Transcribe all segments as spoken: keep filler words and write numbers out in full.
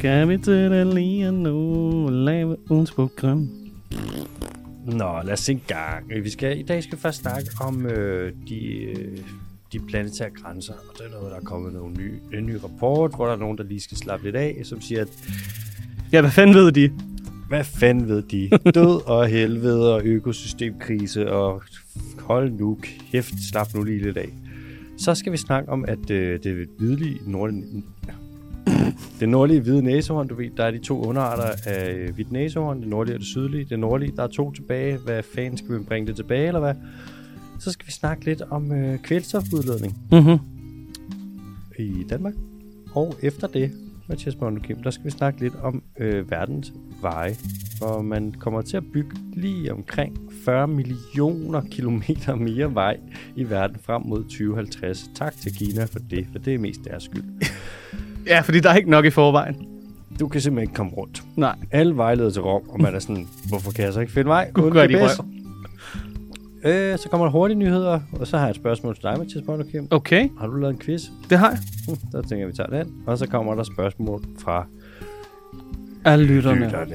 skal vi til det lige nu og lave ugens program. Nå, lad os se en gang. Vi skal, I dag skal vi først snakke om øh, de, øh, de planetære grænser, og det er noget, der er kommet nogle ny, en ny rapport, hvor der er nogen, der lige skal slappe lidt af, som siger, at ja, hvad fanden ved de? Hvad fanden ved de? Død og helvede og økosystemkrise og hold nu kæft, slap nu lige lidt af. Så skal vi snakke om, at øh, det hvidlige nordlige, det nordlige hvide næsehorn, du ved, der er de to underarter af hvidt næsehorn, det nordlige og det sydlige. Det nordlige, der er to tilbage. Hvad fanden skal vi bringe det tilbage, eller hvad? Så skal vi snakke lidt om øh, kvælstofudledning Mm-hmm. i Danmark. Og efter det, Mathias Mondekim, der skal vi snakke lidt om øh, verdens veje, hvor man kommer til at bygge lige omkring fyrre millioner kilometer mere vej i verden frem mod tyve halvtreds. Tak til Kina for det, for det er mest deres skyld. Ja, fordi der er ikke nok i forvejen. Du kan simpelthen ikke komme rundt. Nej. Alle vejleder til Rom, og man er sådan, hvorfor kan jeg så ikke finde vej? Gud gør de røv. Øh, så kommer der hurtige nyheder, og så har jeg et spørgsmål til dig, Mathias Mondekim. Okay. Har du lavet en quiz? Det har jeg. Så tænker jeg, vi tager den. Og så kommer der spørgsmål fra alle lytterne. lytterne.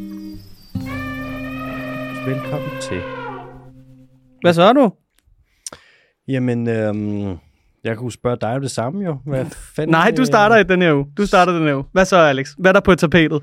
Velkommen til. Hvad så er du? Jamen, øhm, jeg kunne spørge dig om det samme jo. Hvad fanden, Nej, du starter i den her uge. Du starter den her uge. Hvad så, Alex? Hvad er der på tapetet?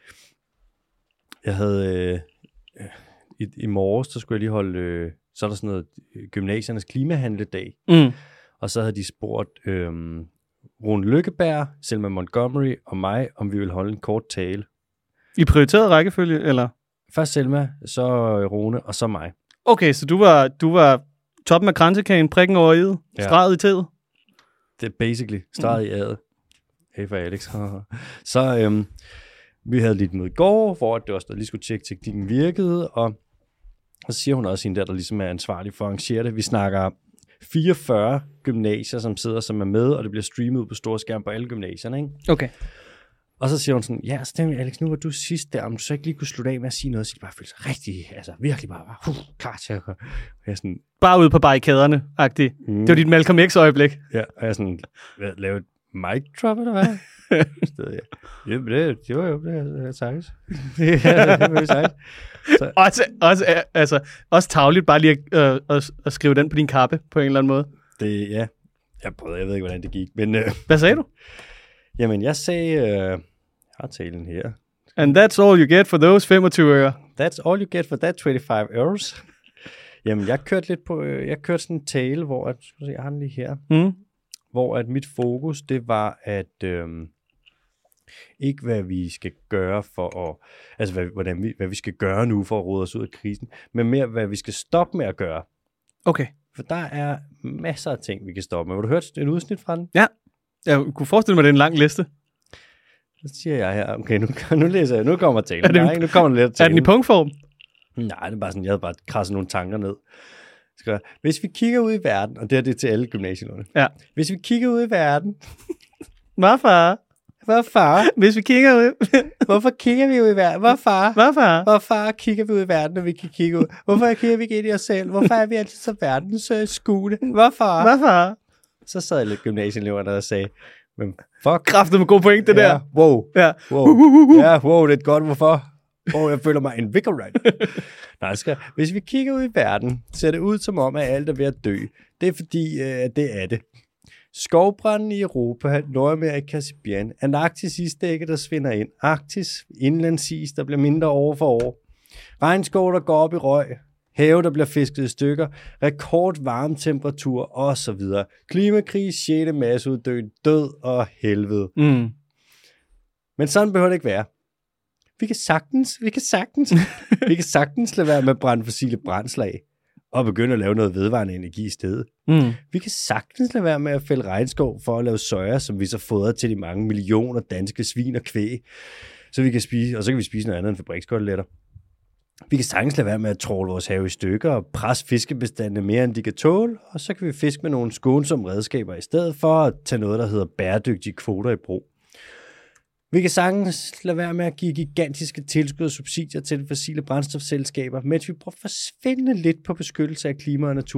Jeg havde... Øh, i, I morges, så skulle jeg lige holde... Øh, så er der sådan noget gymnasiernes klimahandledag. Mm. Og så havde de spurgt øh, Rune Lykkeberg, Selma Montgomery og mig, om vi ville holde en kort tale. I prioriteret rækkefølge, eller? Først Selma, så Rune, og så mig. Okay, så du var, du var toppen af kransekagen, prikken over i'et, Ja. streget i tæet. Det er basically streget mm. i adet. Hey for Alex. Så øhm, vi havde lidt møde i går, hvor det også der lige skulle tjekke, at teknikken virkede, og, og så siger hun også hende der, der ligesom er ansvarlig for at arrangere det. Vi snakker fireogfyrre gymnasier, som sidder, som er med, og det bliver streamet ud på store skærm på alle gymnasierne, ikke? Okay. Og så siger hun sådan, ja, så tænker Alex, nu var du sidst der, om du så ikke lige kunne slutte af med at sige noget, så de bare følte sig rigtig, altså virkelig bare, uh, klar til at gøre. Og jeg sådan, Bare ude på barrikaderne, agtigt. Mm. Det var dit Malcolm X-øjeblik. ja, og jeg sådan, hvad, lave et mic drop, eller hvad? Så, ja. Jamen, det, det var jo, det er sagt. Ja, det var jo sagt. Så, Også, også, øh, altså, også tagligt bare lige at, øh, at, at skrive den på din kappe, på en eller anden måde. det, ja, jeg prøvede, jeg ved ikke, hvordan det gik, men øh, Hvad sagde du? jamen, jeg sagde, øh, jeg har talen her. And that's all you get for those femogtyve øre. That's all you get for that twenty-five euros. Jamen, jeg kørte lidt på, øh, jeg kørte sådan en tale, hvor, at, skal du se, jeg har den lige her, Mm. hvor at mit fokus, det var, at øh, ikke hvad vi skal gøre for at, altså hvad, hvordan vi, hvad vi skal gøre nu for at råde os ud af krisen, men mere, hvad vi skal stoppe med at gøre. Okay. For der er masser af ting, vi kan stoppe med. Har du hørt et udsnit fra den? Ja. Jeg kunne forestille mig, at det er en lang liste. Så siger jeg her, okay, nu, nu læser jeg, nu kommer talen. Er det en- Nej, nu kommer den lidt at tale. Er den i punktform? Nej, det er bare sådan, jeg havde bare krasset nogle tanker ned. Skal, hvis vi kigger ud i verden, og det er det til alle gymnasierne. Ja. Hvis vi kigger ud i verden, Hvad far? hvor far? Hvis vi kigger ud... Hvorfor kigger vi ud i verden? Hvor far? Hvad far? Hvor far kigger vi ud i verden, når vi kan kigge ud? Hvorfor kigger vi ikke ind i os selv? Hvorfor er vi altid så verdens øh, skule? Hvor far? Hvad far? Så sad lidt gymnasieeleverne og sagde, men fuck. Kræftet med god point, det ja, der. Wow. Ja. Wow. Ja, wow, det er godt. Hvorfor? Wow, jeg føler mig invigorate. Nej, skal, hvis vi kigger ud i verden, ser det ud som om, at alt er ved at dø. Det er fordi, øh, det er det. Skovbranden i Europa, Nordamerika, Sibirien, Antarktis isdække, der svinder ind, Arktis, indlandsis, der bliver mindre år for år, regnskov, der går op i røg, have, der bliver fisket i stykker, rekord varme temperatur osv. Klimakrise, sjette masseuddøen, død og helvede. Mm. Men sådan behøver det ikke være. Vi kan sagtens, vi kan sagtens, vi kan sagtens lade være med at brænde fossile brændsler af, og begynde at lave noget vedvarende energi i stedet. Mm. Vi kan sagtens lade være med at fælde regnskov for at lave soja, som vi så fodrer til de mange millioner danske svin og kvæg, så vi kan spise, og så kan vi spise noget andet end fabrikskoteletter. Vi kan sagtens lade være med at tråle vores have i stykker og presse fiskebestandene mere, end de kan tåle, og så kan vi fiske med nogle skånsomme redskaber i stedet for at tage noget, der hedder bæredygtige kvoter i brug. Vi kan sagtens lade være med at give gigantiske tilskud og subsidier til de fossile brændstofselskaber, mens vi prøver at forsvinde lidt på beskyttelse af klima og natur.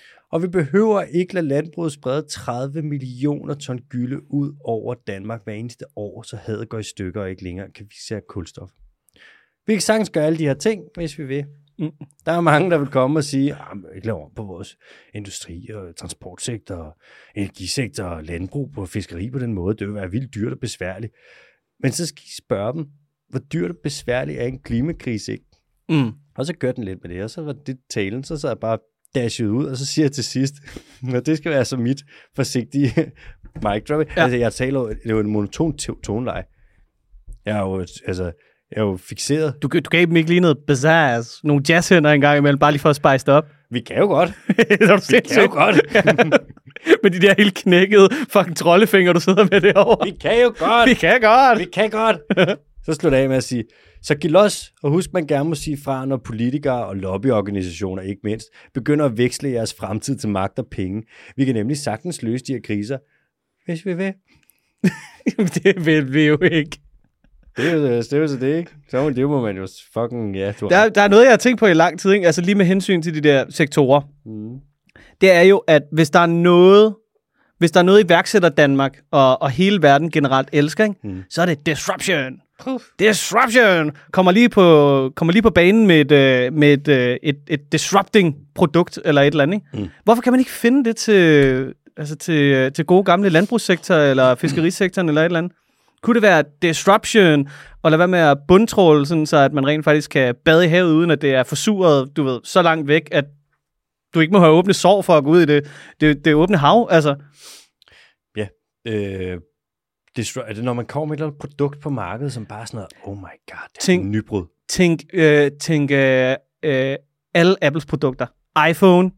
Og vi behøver ikke lade landbruget sprede tredive millioner ton gylde ud over Danmark hver eneste år, så havet går i stykker og ikke længere kan fixere kulstof. Vi kan sagtens gøre alle de her ting, hvis vi vil. Mm. Der er mange, der vil komme og sige, at vi ikke laver om på vores industri og transportsektor, og energisektor og landbrug på fiskeri på den måde. Det vil være vildt dyrt og besværligt. Men så skal I spørge dem, hvor dyrt og besværligt er en klimakrise ikke? Mm. Og så gør den lidt med det, og så var det talen, så sad jeg bare dashet ud, og så siger jeg til sidst, og det skal være så mit forsigtige mic drop. Ja. Altså, jeg taler jo, det er jo en monoton toneleje. Jeg er jo, altså, jeg er jo fixeret. Du, du gav dem ikke lige noget bazaars, nogle jazzhænder en gang imellem, bare lige for at spice det op. Vi kan jo godt. Vi kan jo godt. Med de der helt knækkede fucking troldefinger, du sidder med derovre. Vi kan jo godt. Vi kan godt. Vi kan godt. Så slutter jeg af med at sige, så giv los, og husk, man gerne må sige fra, når politikere og lobbyorganisationer, ikke mindst, begynder at veksle jeres fremtid til magt og penge. Vi kan nemlig sagtens løse de her kriser, hvis vi vil. Det vil vi jo ikke. Det er jo det, er jo så det, ikke? Så det må man jo fucking, ja. Du der, der er noget, jeg har tænkt på i lang tid, ikke? Altså lige med hensyn til de der sektorer. Mm. Det er jo, at hvis der er noget, hvis der er noget iværksætter Danmark og, og hele verden generelt elsker, ikke? Mm. Så er det disruption. Disruption! Kommer lige på, kommer lige på banen med et, med et, et, et disrupting produkt eller et eller andet. Ikke? Mm. Hvorfor kan man ikke finde det til, altså til, til gode gamle landbrugssektor eller fiskerisektoren eller et eller andet? Kunne det være disruption og lade være med at bundtråle, sådan så at man rent faktisk kan bade i havet, uden at det er forsuret, du ved, så langt væk, at du ikke må have åbne sår for at gå ud i det, det, det åbne hav, altså. Ja, øh... er det, når man kommer med et eller andet produkt på markedet, som bare sådan noget, oh my god, det er tænk, en nybrud. Tænk, øh, tænk øh, øh, alle Apples produkter. iPhone,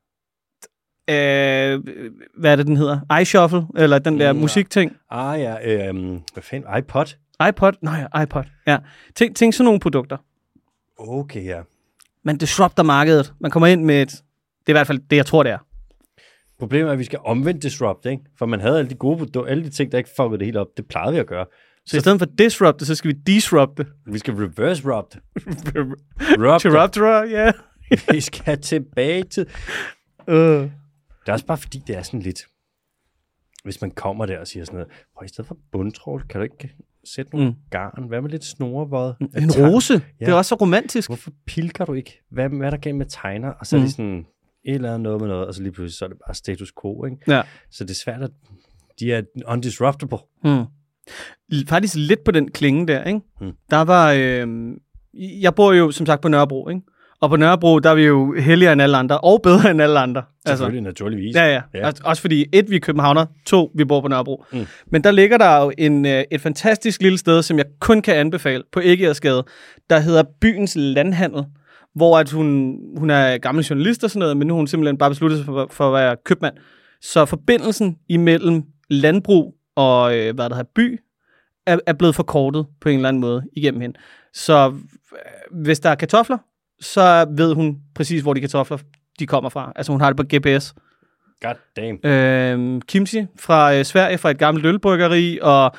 øh, hvad er det, den hedder? iShuffle, eller den der mm, musikting. Ah ja, øh, hvad fanden, iPod? iPod, nej, ja, iPod, ja. Tænk, tænk sådan nogle produkter. Okay, ja. Man disrupter markedet. Man kommer ind med et, det er i hvert fald det, jeg tror, det er. Problemet er, at vi skal omvendt disrupt, ikke? For man havde alle de gode produkter, alle de ting, der ikke fuckede det helt op. Det plejede vi at gøre. Så, så i stedet for disrupte, så skal vi disrupte. Vi skal reverse rupt. Disrupte, ja. Vi skal tilbage til... Uh. Det er også bare fordi, det er sådan lidt... Hvis man kommer der og siger sådan noget, prøv i stedet for bundtrål, kan du ikke sætte nogle mm. garn? Hvad med lidt snorevod? En rose? Ja. Det er også så romantisk. Hvorfor pilker du ikke? Hvad, hvad er der gennem med tegner? Og så er mm. det sådan... et eller andet noget med noget, og så lige pludselig så er det bare status quo, ikke? Ja. Så det er svært at... De er undisruptible. Hmm. Faktisk lidt på den klinge der, ikke? Hmm. Der var... Øh, jeg bor jo, som sagt, på Nørrebro, ikke? Og på Nørrebro, der er vi jo heldigere end alle andre, og bedre end alle andre. Selvfølgelig, altså, naturligvis. Ja, ja. ja. Også fordi, et, vi er københavner, to, vi bor på Nørrebro. Hmm. Men der ligger der jo en, et fantastisk lille sted, som jeg kun kan anbefale, på Æggersgade, der hedder Byens Landhandel, hvor at hun, hun er gammel journalist og sådan noget, men nu har hun simpelthen bare besluttet sig for, for at være købmand. Så forbindelsen imellem landbrug og øh, hvad der hedder, by, er, er blevet forkortet på en eller anden måde igennem hende. Så øh, hvis der er kartofler, så ved hun præcis, hvor de kartofler de kommer fra. Altså hun har det på G P S. God damn. Øh, kimchi fra øh, Sverige, fra et gammelt ølbryggeri, og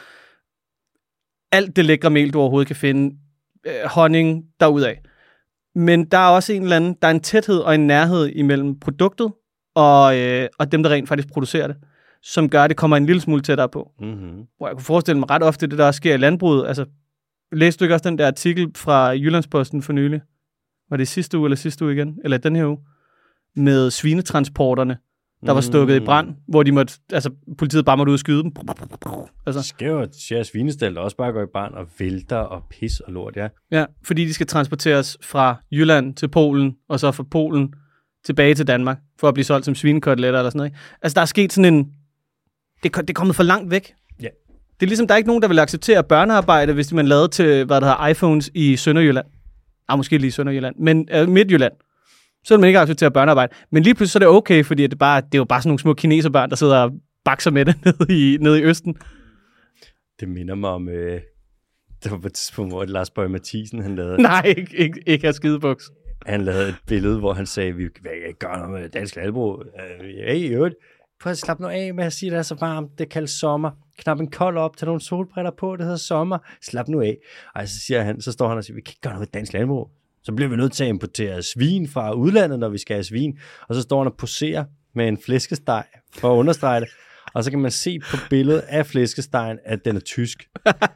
alt det lækre mel, du overhovedet kan finde. Øh, honning derudad. Men der er også en eller anden, der er en tæthed og en nærhed imellem produktet og, øh, og dem, der rent faktisk producerer det, som gør, at det kommer en lille smule tættere på. Mm-hmm. Hvor jeg kunne forestille mig ret ofte, det der sker i landbruget. Altså, læste du ikke også den der artikel fra Jyllandsposten for nylig? Var det sidste uge eller sidste uge igen? Eller den her uge? Med svinetransporterne, der var stukket mm. i brand, hvor de måtte, altså, politiet bare måtte ud og skyde dem. Altså. Det sker jo, at svinestal også bare går i brand og vælter og pis og lort, ja. Ja, fordi de skal transporteres fra Jylland til Polen, og så fra Polen tilbage til Danmark, for at blive solgt som svinekoteletter eller sådan noget. Ikke? Altså, der er sket sådan en... Det, det er kommet for langt væk. Ja. Det er ligesom, der er ikke nogen, der vil acceptere børnearbejde, hvis man lavede til, hvad der hedder, iPhones i Sønderjylland. Ah, måske lige Sønderjylland, men øh, Midtjylland. Så vil man ikke acceptere børnearbejde. Men lige pludselig så er det okay, fordi det er, bare, det er jo bare sådan nogle små kineserbørn, der sidder og bakser med det nede i, nede i Østen. Det minder mig om... Øh, det var på et tidspunkt, hvor Lars Bøge Mathisen, han lavede... Nej, ikke, ikke, ikke have skidebuks. Han lavede et billede, hvor han sagde, vi kan ikke gøre noget med dansk landbrug. Ja, i øvrigt. Prøv at slappe nu af med at sige, at det er så varmt. Det kaldes sommer. Knap en kold op, tag nogle solbriller på, det hedder sommer. Slap nu af. Og så siger han, så står han og siger, vi kan ikke gøre noget med dansk landbrug. Så bliver vi nødt til at importere svin fra udlandet, når vi skal have svin. Og så står han og poserer med en flæskesteg for at understrege det. Og så kan man se på billedet af flæskestegen, at den er tysk.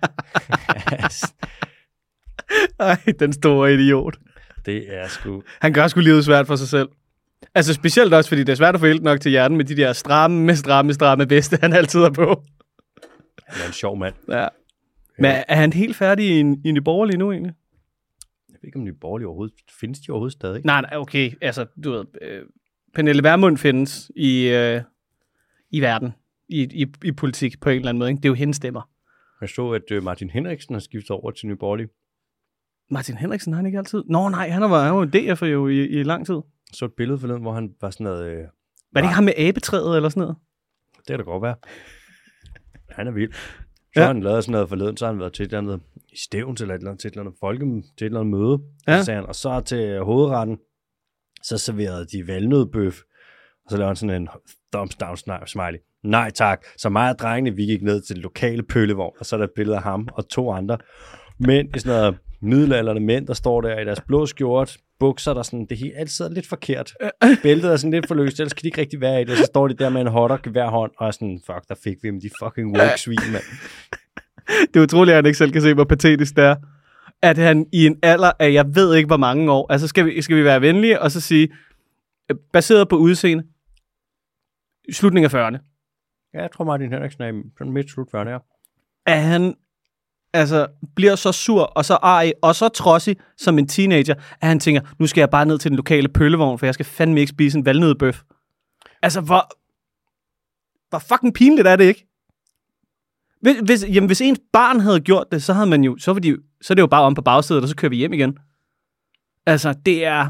Ej, den store idiot. Det er sgu... Han gør sgu livet svært for sig selv. Altså specielt også, fordi det er svært at få helt nok til hjernen med de der stramme, stramme, stramme veste, han altid er på. Han er en sjov mand. Ja. Men er han helt færdig i, i Nye Borgerlige nu egentlig? Jeg ved ikke, om Nye Borgerlige overhovedet... Findes de overhovedet stadig? Nej, nej, okay. Altså, du ved... Øh, Pernille Vermund findes i, øh, i verden. I, i, I politik på en eller anden måde. Ikke? Det er jo hendes stemmer. Jeg så, at øh, Martin Henriksen har skiftet over til Nye Borgerlige. Martin Henriksen har han ikke altid? Nå nej, han var jo en D F'er jo i, i lang tid. Så et billede forleden, hvor han var sådan noget... Øh, var det ikke ham med abetræet eller sådan noget? Det kan da godt være. Han er vild. Så ja. Har han lavet sådan noget forleden, så har han været til et eller andet i Stævns eller et eller andet, til et eller andet folke, til et eller andet møde. Ja. Så sagde han, og så til hovedretten, så serverede de valnødbøf, og så lavede han sådan en thumbs down smiley. Nej tak. Så mig og drengene, vi gik ned til det lokale pøllevogn, og så er der et billede af ham og to andre mænd i sådan noget middelaldrende mænd, der står der i deres blå skjort, bukser, der sådan, det hele altid er lidt forkert. Bæltet er sådan lidt for løst, ellers kan de ikke rigtig være i det, og så står de der med en hotter hver hånd, og er sådan, fuck, der fik vi dem, de fucking woke-svin, mand. Det er utroligt, at han ikke selv kan se, hvor patetisk det er. At han i en alder af, jeg ved ikke, hvor mange år, altså skal vi, skal vi være venlige, og så sige, baseret på udseende, slutningen af fyrrerne. Ja, jeg tror, Martin Henriksen er sådan midt slut fyrrerne, ja. At han altså bliver så sur, og så arg, og så trodsig som en teenager, at han tænker, nu skal jeg bare ned til den lokale pøllevogn, for jeg skal fandme ikke spise en valnødbøf. Altså, hvor, hvor fucking pinligt er det ikke? Hvis, hvis, jamen, hvis ens barn havde gjort det, så havde man jo, så, de, så er det jo bare om på bagsædet, og så kører vi hjem igen. Altså, det er...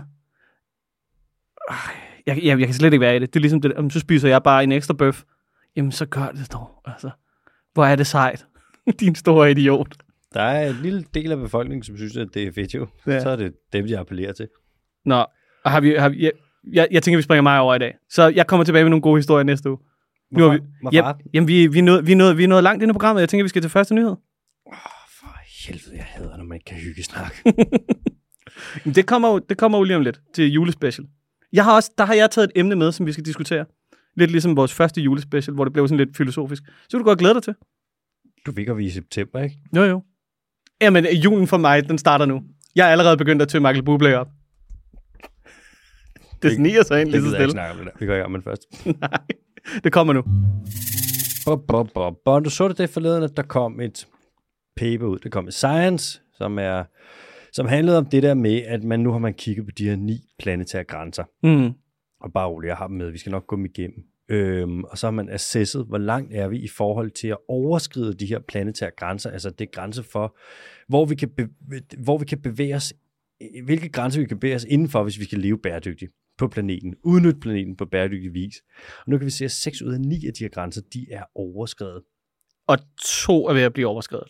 Jeg, jeg, jeg kan slet ikke være i det. Det er ligesom det, så spiser jeg bare en ekstra bøf. Jamen, så gør det dog. Altså, hvor er det sejt. Din store idiot. Der er en lille del af befolkningen, som synes, at det er fedt jo. Ja. Så er det dem, de appellerer til. Nå, og har vi, har vi, jeg, jeg, jeg tænker, vi springer mig over i dag. Så jeg kommer tilbage med nogle gode historier næste uge. Nu Hvorfor? vi, jamen, jamen, vi, vi, nåede, vi, nåede, vi nåede langt ind i programmet. Jeg tænker, vi skal til første nyhed. Åh, oh, for helvede, jeg hader, når man ikke kan hygge snak. det, kommer, det kommer jo lige om lidt til julespecial. Jeg har også, der har jeg taget et emne med, som vi skal diskutere. Lidt ligesom vores første julespecial, hvor det blev sådan lidt filosofisk. Så vil du godt glæde dig til. Du fik at vi i september, ikke? Jo, jo. Jamen, julen for mig, den starter nu. Jeg er allerede begyndt at tøve Michael Bublé op. Det sniger sig ind lige så stille. Det gider jeg ikke snakke om det der. Vi går i gang med det først. Nej, det kommer nu. Bob, bob, bob, bob. Du så det det forleden, at der kom et paper ud. Det kom et Science, som er... som handlede om det der med, at man nu har man kigget på de her ni planetære grænser. Mm. Og bare roligt, jeg har dem med. Vi skal nok gå dem igennem. Øhm, og så har man assesset, hvor langt er vi i forhold til at overskride de her planetære grænser. Altså det er grænser for, hvor vi kan, be- hvor vi kan bevæge os, hvilke grænser vi kan bevæge os indenfor, hvis vi skal leve bæredygtigt på planeten. Udnytte planeten på bæredygtig vis. Og nu kan vi se, at seks ud af ni af de her grænser, de er overskredet. Og to er ved at blive overskredet.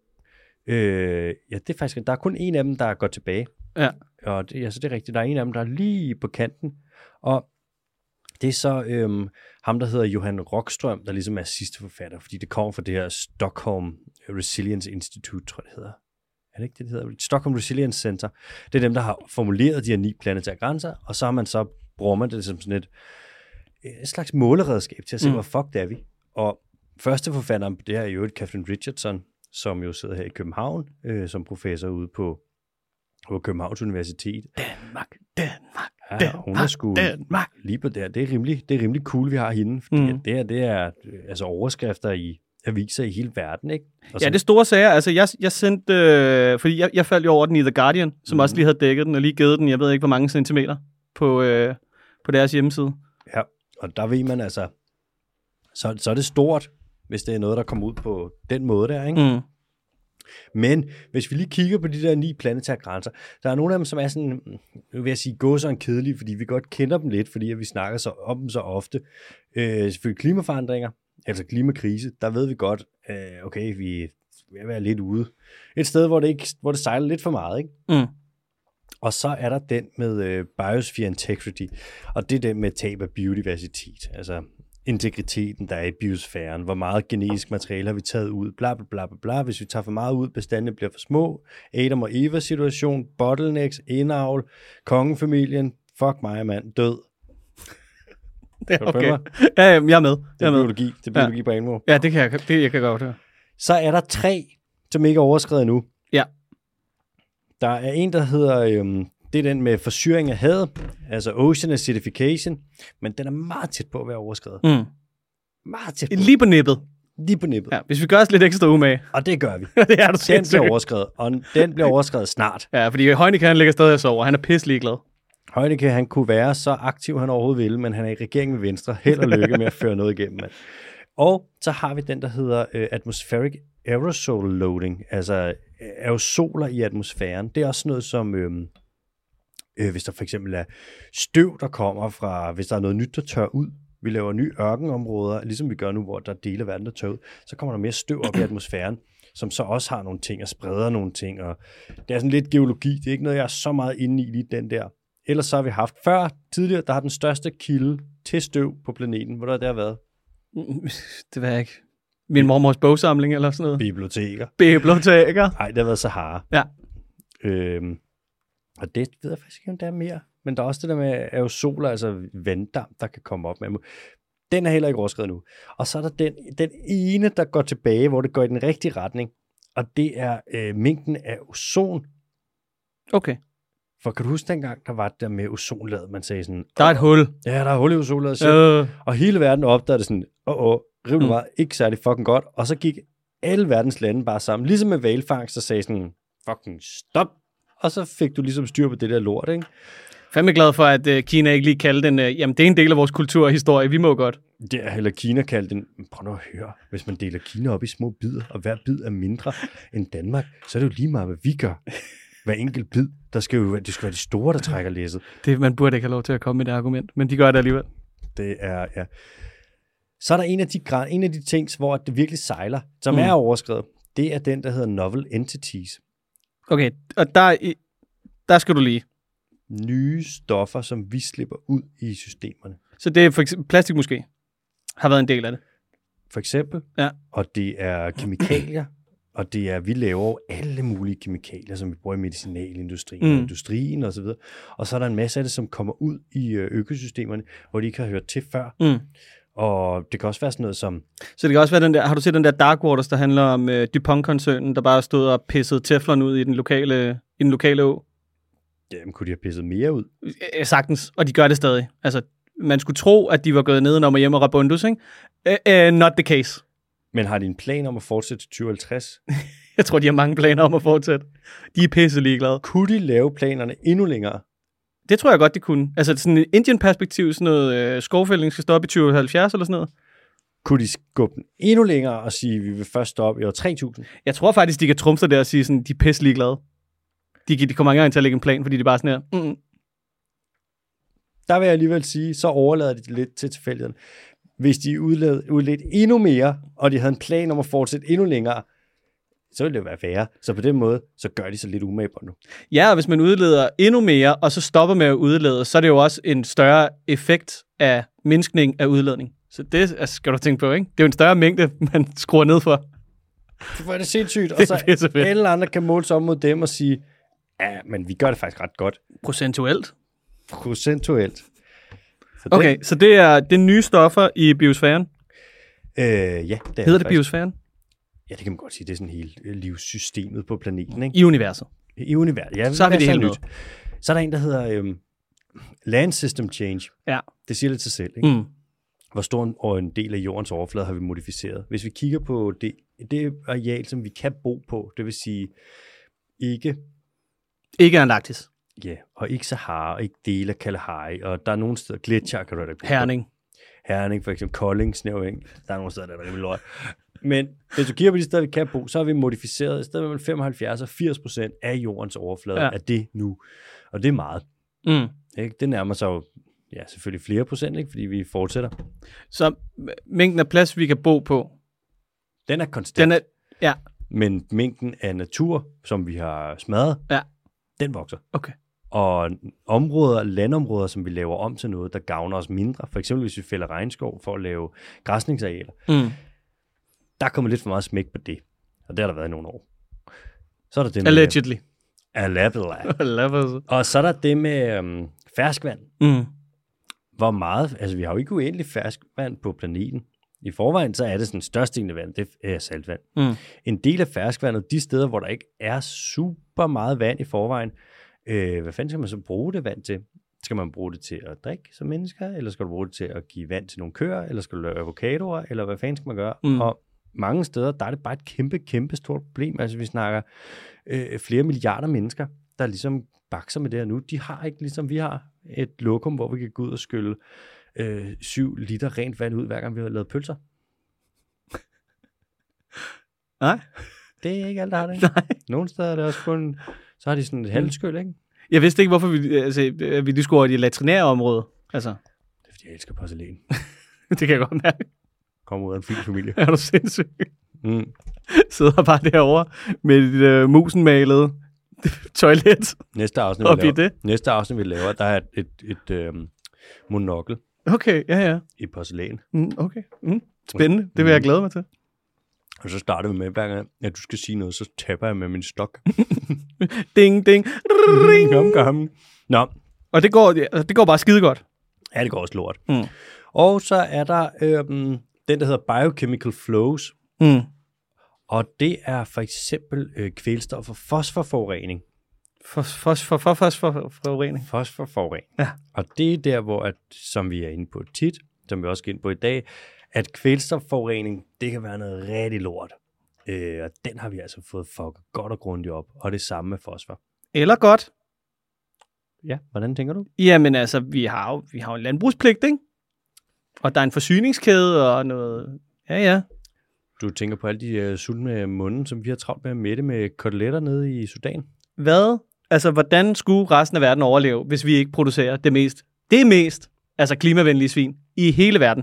Øh, ja, det er faktisk, der er kun en af dem, der går tilbage. Ja. Og det, altså, det er rigtigt, der er en af dem, der er lige på kanten. Og det er så øhm, ham, der hedder Johan Rockström, der ligesom er sidste forfatter, fordi det kommer fra det her Stockholm Resilience Institute, tror jeg, det hedder. Er det ikke det, det hedder? Stockholm Resilience Center. Det er dem, der har formuleret de her ni planetære grænser, og så har man så, bruger man det som sådan et, et slags måleredskab til at se, mm. hvor fuck det er vi. Og første forfatteren på det her er jo Katherine Richardson, som jo sidder her i København, øh, som professor ude på, på Københavns Universitet. Danmark, Danmark, ja, Danmark, hun er sgu Danmark. Lige på der. Det er rimelig, det er rimelig cool, vi har hende, fordi mm. det her, det er altså overskrifter i aviser i hele verden, ikke? Og ja, det er store sager. Altså, jeg, jeg sendte, øh, fordi jeg, jeg faldt jo over den i The Guardian, som mm. også lige havde dækket den, og lige givet den, jeg ved ikke, hvor mange centimeter på, øh, på deres hjemmeside. Ja, og der ved man altså, så, så er det stort, hvis det er noget, der kommer ud på den måde der, ikke? Mm. Men hvis vi lige kigger på de der ni planetære grænser, der er nogle af dem, som er sådan, nu vil jeg sige, gåsøjne kedelige, fordi vi godt kender dem lidt, fordi vi snakker så om dem så ofte. Øh, selvfølgelig klimaforandringer, altså klimakrise, der ved vi godt, øh, okay, vi er ved at være lidt ude. Et sted, hvor det, ikke, hvor det sejler lidt for meget, ikke? Mm. Og så er der den med øh, biosphere integrity, og det er den med tab af biodiversitet. Altså, integriteten, der er i biosfæren, hvor meget genetisk materiale har vi taget ud, bla bla bla bla bla. Hvis vi tager for meget ud, bestandene bliver for små. Adam og Eva situation, bottlenecks, indavl, kongefamilien, fuck mig mand, død. Det er okay. Ja, jeg er med. Det er biologi, det er biologi ja. på en måde. Ja, det kan jeg, det, jeg kan godt høre. Så er der tre, som ikke er overskrevet nu. Ja. Der er en, der hedder, øhm, det er den med forsyring af havet, altså ocean acidification, men den er meget tæt på at være overskrevet. Mm. Meget tæt på. Lige på nippet. Lige på nippet. Ja, hvis vi gør os lidt ekstra umage. Og det gør vi. Det er du den bliver overskrevet, og den bliver overskrevet snart. Ja, fordi Heunicke, han ligger stadig og sover. Han er pisselig glad. Heunicke, han kunne være så aktiv, han overhovedet ville, men han er i regering med Venstre. Held og lykke med at føre noget igennem. Man. Og så har vi den, der hedder uh, atmospheric aerosol loading, altså uh, aerosoler i atmosfæren. Det er også noget som, øhm, øh, hvis der for eksempel er støv, der kommer fra, hvis der er noget nyt, der tør ud. Vi laver nye ørkenområder, ligesom vi gør nu, hvor der er dele af verden, der tør ud. Så kommer der mere støv op i atmosfæren, som så også har nogle ting og spreder nogle ting. Og det er sådan lidt geologi. Det er ikke noget, jeg er så meget inde i lige den der. Ellers så har vi haft før, tidligere, der har den største kilde til støv på planeten. Hvor der det har været? Det ved jeg ikke. Min mormors bogsamling eller sådan noget? Biblioteker. Biblioteker? Nej, det har været Sahara. Ja. Øhm, og det ved jeg faktisk ikke, om der er mere. Men der er også det der med aerosoler, altså vanddamp, der kan komme op med. Den er heller ikke overskrevet nu. Og så er der den, den ene, der går tilbage, hvor det går i den rigtige retning. Og det er øh, mængden af ozon. Okay. For kan du huske dengang, der var det der med ozonlaget, man sagde sådan... Der er et hul. Ja, der er hul i ozonlaget. Øh. Og hele verden opdagede det sådan, åh, åh, rivende var ikke særlig fucking godt. Og så gik alle verdens lande bare sammen, ligesom med hvalfangst, der sagde sådan, fucking stop. Og så fik du ligesom styr på det der lort, ikke? Fandme glad for, at uh, Kina ikke lige kaldte den, uh, jamen det er en del af vores kultur og historie, vi må godt. Det er heller Kina kaldte den, prøv nu at høre, hvis man deler Kina op i små bidder, og hver bid er mindre end Danmark, så er det jo lige meget, hvad vi gør. Hver enkelt bid, der skal jo det skal være de store, der trækker læsset. Det, man burde ikke have lov til at komme med det argument, men de gør det alligevel. Det er, ja. Så er der en af de, en af de ting, hvor det virkelig sejler, som mm. er overskrevet. Det er den, der hedder novel entities. Okay, og der, der skal du lige. Nye stoffer, som vi slipper ud i systemerne. Så det er for eksempel plastik måske har været en del af det? For eksempel. Ja. Og det er kemikalier. Og det er, vi laver jo alle mulige kemikalier, som vi bruger i medicinalindustrien, mm. og industrien og så videre. Og så er der en masse af det, som kommer ud i økosystemerne, hvor de ikke har hørt til før. Mm. Og det kan også være sådan noget som... Så det kan også være den der... Har du set den der Dark Waters, der handler om uh, DuPont-koncernen, der bare stod og pissede teflon ud i den lokale, i den lokale å? Jamen, kunne de have pisset mere ud? Æ, sagtens, og de gør det stadig. Altså, man skulle tro, at de var gået nedenom og hjem og Rabundus, ikke? Uh, uh, not the case. Men har de en plan om at fortsætte til tyve halvtreds? Jeg tror, de har mange planer om at fortsætte. De er pisse ligeglade. Kunne de lave planerne endnu længere? Det tror jeg godt, de kunne. Altså sådan et Indien-perspektiv, sådan noget øh, skovfældning skal stoppe i tyve halvfjerds eller sådan noget. Kunne de skubbe den endnu længere og sige, at vi vil først stoppe i år tre tusind? Jeg tror faktisk, de kan trumfe der og sige, sådan, de er pisse ligeglade. De, de kommer ikke engang til at lægge en plan, fordi de bare sådan her. Mm-mm. Der vil jeg alligevel sige, så overlader de det lidt til tilfældigheden. Hvis de udledte endnu mere, og de havde en plan om at fortsætte endnu længere, så ville det være værre. Så på den måde, så gør de sig lidt umage på nu. Ja, og hvis man udleder endnu mere, og så stopper med at udlede, så er det jo også en større effekt af mindskning af udledning. Så det skal du tænke på, ikke? Det er jo en større mængde, man skruer ned for. Det var det sindssygt. Og så alle andre kan måle sig om mod dem og sige, ja, men vi gør det faktisk ret godt. Procentuelt. Procentuelt. Så okay, det, så det er det nye stoffer i biosfæren? Øh, ja, det er Hedder det biosfæren? Ja, det kan man godt sige. Det er sådan hele livssystemet på planeten, ikke? I universet. I universet, ja. Så har vi det helt nyt. Så er der en, der hedder øhm, Land System Change. Ja. Det siger lidt sig selv, ikke? Mm. Hvor stor en del af jordens overflade har vi modificeret? Hvis vi kigger på det, det areal, som vi kan bo på, det vil sige ikke... Ikke Antarktis. Ja, og ikke Sahara, og ikke dele af Kalahari, og der er nogle steder, gletsjer kan du da ikke. Herning. Herning, for eksempel Kolding, Snæving. Der er nogle steder, der er rimelig løg. Men hvis du kigger på de steder, vi kan bo, så har vi modificeret et sted mellem femoghalvfjerds og firs procent af jordens overflade ja. Af det nu. Og det er meget. Mm. Ikke? Det nærmer sig jo ja, selvfølgelig flere procent, ikke? Fordi vi fortsætter. Så mængden af plads, vi kan bo på, den er konstant. Den er, ja. Men mængden af natur, som vi har smadret, ja. den vokser. Okay. og områder, landområder, som vi laver om til noget, der gavner os mindre. For eksempel, hvis vi fælder regnskov for at lave græsningsarealer. Mm. Der kommer lidt for meget smæk på det. Og det har der været i nogle år. Så er der det med... Allegedly. Allegedly. Og så er der det med øhm, ferskvand. Mm. Hvor meget... Altså, vi har jo ikke uendeligt ferskvand på planeten. I forvejen, så er det sådan størstedelen vand, det er saltvand. Mm. En del af ferskvandet, de steder, hvor der ikke er super meget vand i forvejen, øh, hvad fanden skal man så bruge det vand til? Skal man bruge det til at drikke som mennesker, eller skal du bruge det til at give vand til nogle køer, eller skal du lave avocadoer, eller hvad fanden skal man gøre? Mm. Og mange steder, der er det bare et kæmpe, kæmpe stort problem. Altså, vi snakker øh, flere milliarder mennesker, der ligesom bakser med det her nu. De har ikke, ligesom vi har, et lokum, hvor vi kan gå ud og skylle Øh, syv liter rent vand ud, hver gang vi har lavet pølser. Nej. Det er ikke alt, der har det. Nej. Nogle steder er det også kun, så har de sådan et halvskyld, ikke? Jeg vidste ikke, hvorfor vi, altså, vi lige skulle over i det latrinære område. Altså. Det er, fordi jeg elsker porcelæn. Det kan jeg godt mærke. Kom ud af en fin familie. Er du sindssyg? Mm. Sidder bare derovre med et uh, musenmalede toilet. Næste afsnit, vi laver, det? Næste afsnit, vi laver, der er et, et, et øhm, monokkel. Okay, ja, ja. I porcelæn. Mm, okay, mm. Spændende. Det vil jeg glæde mig til. Og så starter vi med, hver gang at du skal sige noget, så tapper jeg med min stok. Ding, ding. Ring. Kom, kom. Nå. Og det går, det går bare skide godt. Ja, det går også lort. Mm. Og så er der øhm, den, der hedder Biochemical Flows. Mm. Og det er for eksempel øh, kvælstof og fosforforurening. Fosfor, for, fosforforurening. Fosforforurening. Ja. Og det er der, hvor, at, som vi er inde på tit, som vi også skal ind på i dag, at kvælstofforurening, det kan være noget rigtig lort. Øh, og den har vi altså fået fucket godt og grundigt op. Og det samme med fosfor. Eller godt. Ja, hvordan tænker du? Jamen altså, vi har jo, vi har jo en landbrugspligt, ikke? Og der er en forsyningskæde og noget... Ja, ja. Du tænker på alle de uh, sultne munde, som vi har travlt med at mætte med koteletter nede i Sudan? Hvad? Altså, hvordan skulle resten af verden overleve, hvis vi ikke producerer det mest, det mest, altså klimavenlige svin i hele verden?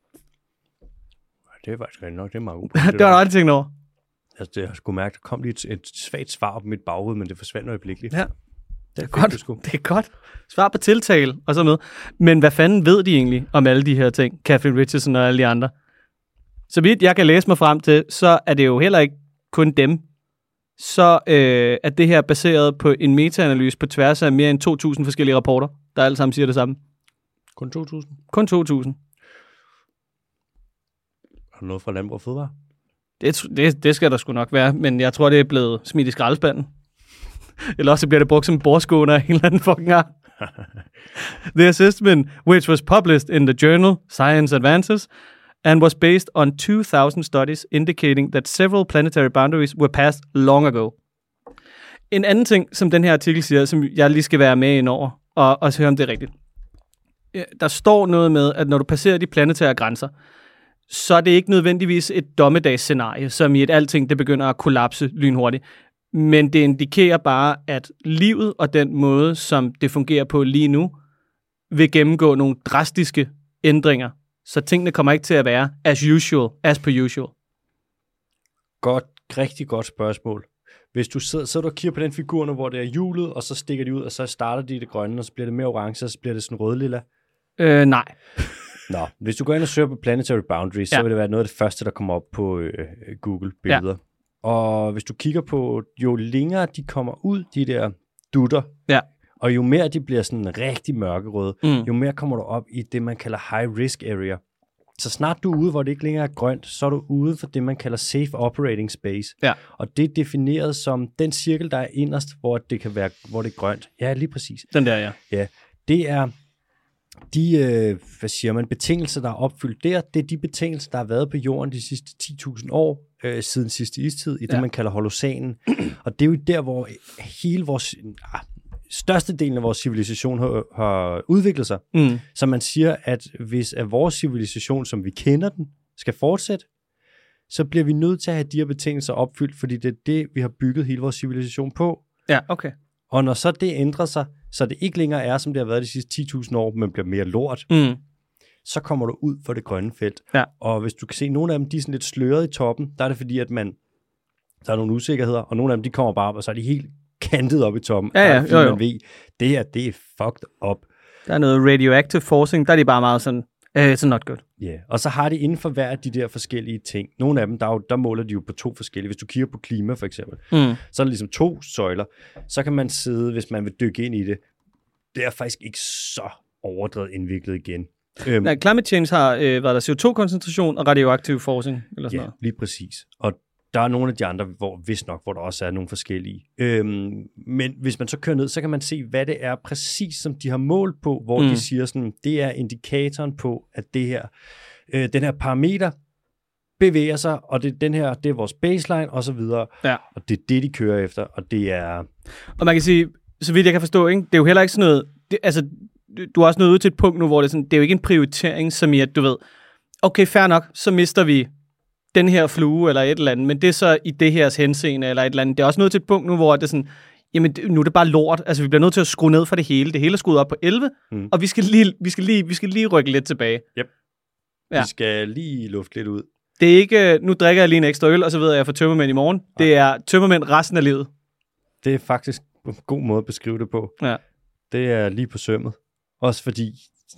Det er faktisk nok, det er meget det var der aldrig tænkt over. Altså, det, jeg skulle mærke, der kom lige et, et svagt svar på mit baghoved, men det forsvandt øjeblikkeligt. Ja, det er godt. Det er godt. Svar på tiltale og sådan noget. Men hvad fanden ved de egentlig om alle de her ting? Catherine Richardson og alle de andre. Så vidt jeg kan læse mig frem til, så er det jo heller ikke kun dem. Så øh, er det her baseret på en meta-analyse på tværs af mere end to tusind forskellige rapporter, der alle sammen siger det samme. Kun to tusind? Kun to tusind. Har du noget fra Landbrug og Fødevare? Det, det, det skal der sgu nok være, men jeg tror, det er blevet smidt i skraldespanden. Eller også bliver det brugt som bordskåner af en eller anden fucking art. The assessment, which was published in the journal Science Advances, and was based on two thousand studies indicating that several planetary boundaries were passed long ago. En anden ting, som den her artikel siger, som jeg lige skal være med ind over, og også høre om det er rigtigt. Der står noget med, at når du passerer de planetære grænser, så er det ikke nødvendigvis et dommedagsscenarie, som i et alting, det begynder at kollapse lynhurtigt. Men det indikerer bare, at livet og den måde, som det fungerer på lige nu, vil gennemgå nogle drastiske ændringer. Så tingene kommer ikke til at være as usual, as per usual. Godt, rigtig godt spørgsmål. Hvis du sidder, så du og kigger på den figur, hvor det er hjulet, og så stikker de ud, og så starter de i det grønne, og så bliver det mere orange, og så bliver det sådan rødlilla. Øh, nej. Nå, hvis du går ind og søger på Planetary Boundaries, ja. Så vil det være noget af det første, der kommer op på øh, Google-billeder. Ja. Og hvis du kigger på, jo længere de kommer ud, de der dutter, ja. Og jo mere de bliver sådan rigtig mørkerøde, mm. jo mere kommer du op i det, man kalder high risk area. Så snart du er ude, hvor det ikke længere er grønt, så er du ude for det, man kalder safe operating space. Ja. Og det er defineret som den cirkel, der er inderst, hvor det kan være, hvor det er grønt. Ja, lige præcis. Den der, ja. Ja, det er de, øh, hvad siger man, betingelser, der er opfyldt der. Det er de betingelser, der har været på jorden de sidste ti tusind år, øh, siden sidste istid, i det, ja. Man kalder holocanen. Og det er jo der, hvor hele vores... Ah, størstedelen af vores civilisation har, har udviklet sig. Mm. Så man siger, at hvis at vores civilisation, som vi kender den, skal fortsætte, så bliver vi nødt til at have de her betingelser opfyldt, fordi det er det, vi har bygget hele vores civilisation på. Ja, okay. Og når så det ændrer sig, så det ikke længere er, som det har været de sidste ti tusind år, men bliver mere lort, mm. så kommer du ud for det grønne felt. Ja. Og hvis du kan se, nogle af dem, de er sådan lidt sløret i toppen, der er det fordi, at man, der er nogle usikkerheder, og nogle af dem, de kommer bare op, og så er de helt kantet op i toppen. Ja, ja, fordi jo, jo. man ved, det her, det er fucked up. Der er noget radioactive forcing, der er de bare meget sådan, uh, it's not good. Ja, yeah. Og så har de inden for hver af de der forskellige ting. Nogle af dem, der, jo, der måler de jo på to forskellige. Hvis du kigger på klima for eksempel, mm. så er der ligesom to søjler. Så kan man sidde, hvis man vil dykke ind i det. Det er faktisk ikke så overdrevet indviklet igen. Øhm, Nej, climate change har øh, været der C O to koncentration og radioaktiv forcing, eller sådan ja, noget. lige præcis. Og der er nogle af de andre, hvor vist nok, hvor der også er nogle forskellige. Øhm, men hvis man så kører ned, så kan man se, hvad det er præcis, som de har målt på, hvor mm. de siger sådan, det er indikatoren på, at det her, øh, den her parameter bevæger sig, og det, den her, det er vores baseline, og så videre. Ja. Og det er det, de kører efter, og det er... Og man kan sige, så vidt jeg kan forstå, ikke? Det er jo heller ikke sådan noget... Det, altså, du er også nået ud til et punkt nu, hvor det er sådan, det er jo ikke en prioritering, som i at du ved, okay, fair nok, så mister vi den her flue eller et eller andet, men det er så i det her henseende eller et eller andet. Det er også nået til et punkt nu, hvor det er sådan, jamen nu er det bare lort. Altså vi bliver nødt til at skrue ned for det hele. Det hele er skruet op på elleve, mm. og vi skal lige, vi skal lige, vi skal lige rykke lidt tilbage. Yep. Ja. Vi skal lige lufte lidt ud. Det er ikke, nu drikker jeg lige en ekstra øl, og så ved jeg, at jeg får tømmermænd i morgen. Ja. Det er tømmermænd resten af livet. Det er faktisk en god måde at beskrive det på. Ja. Det er lige på sømmet. Også fordi,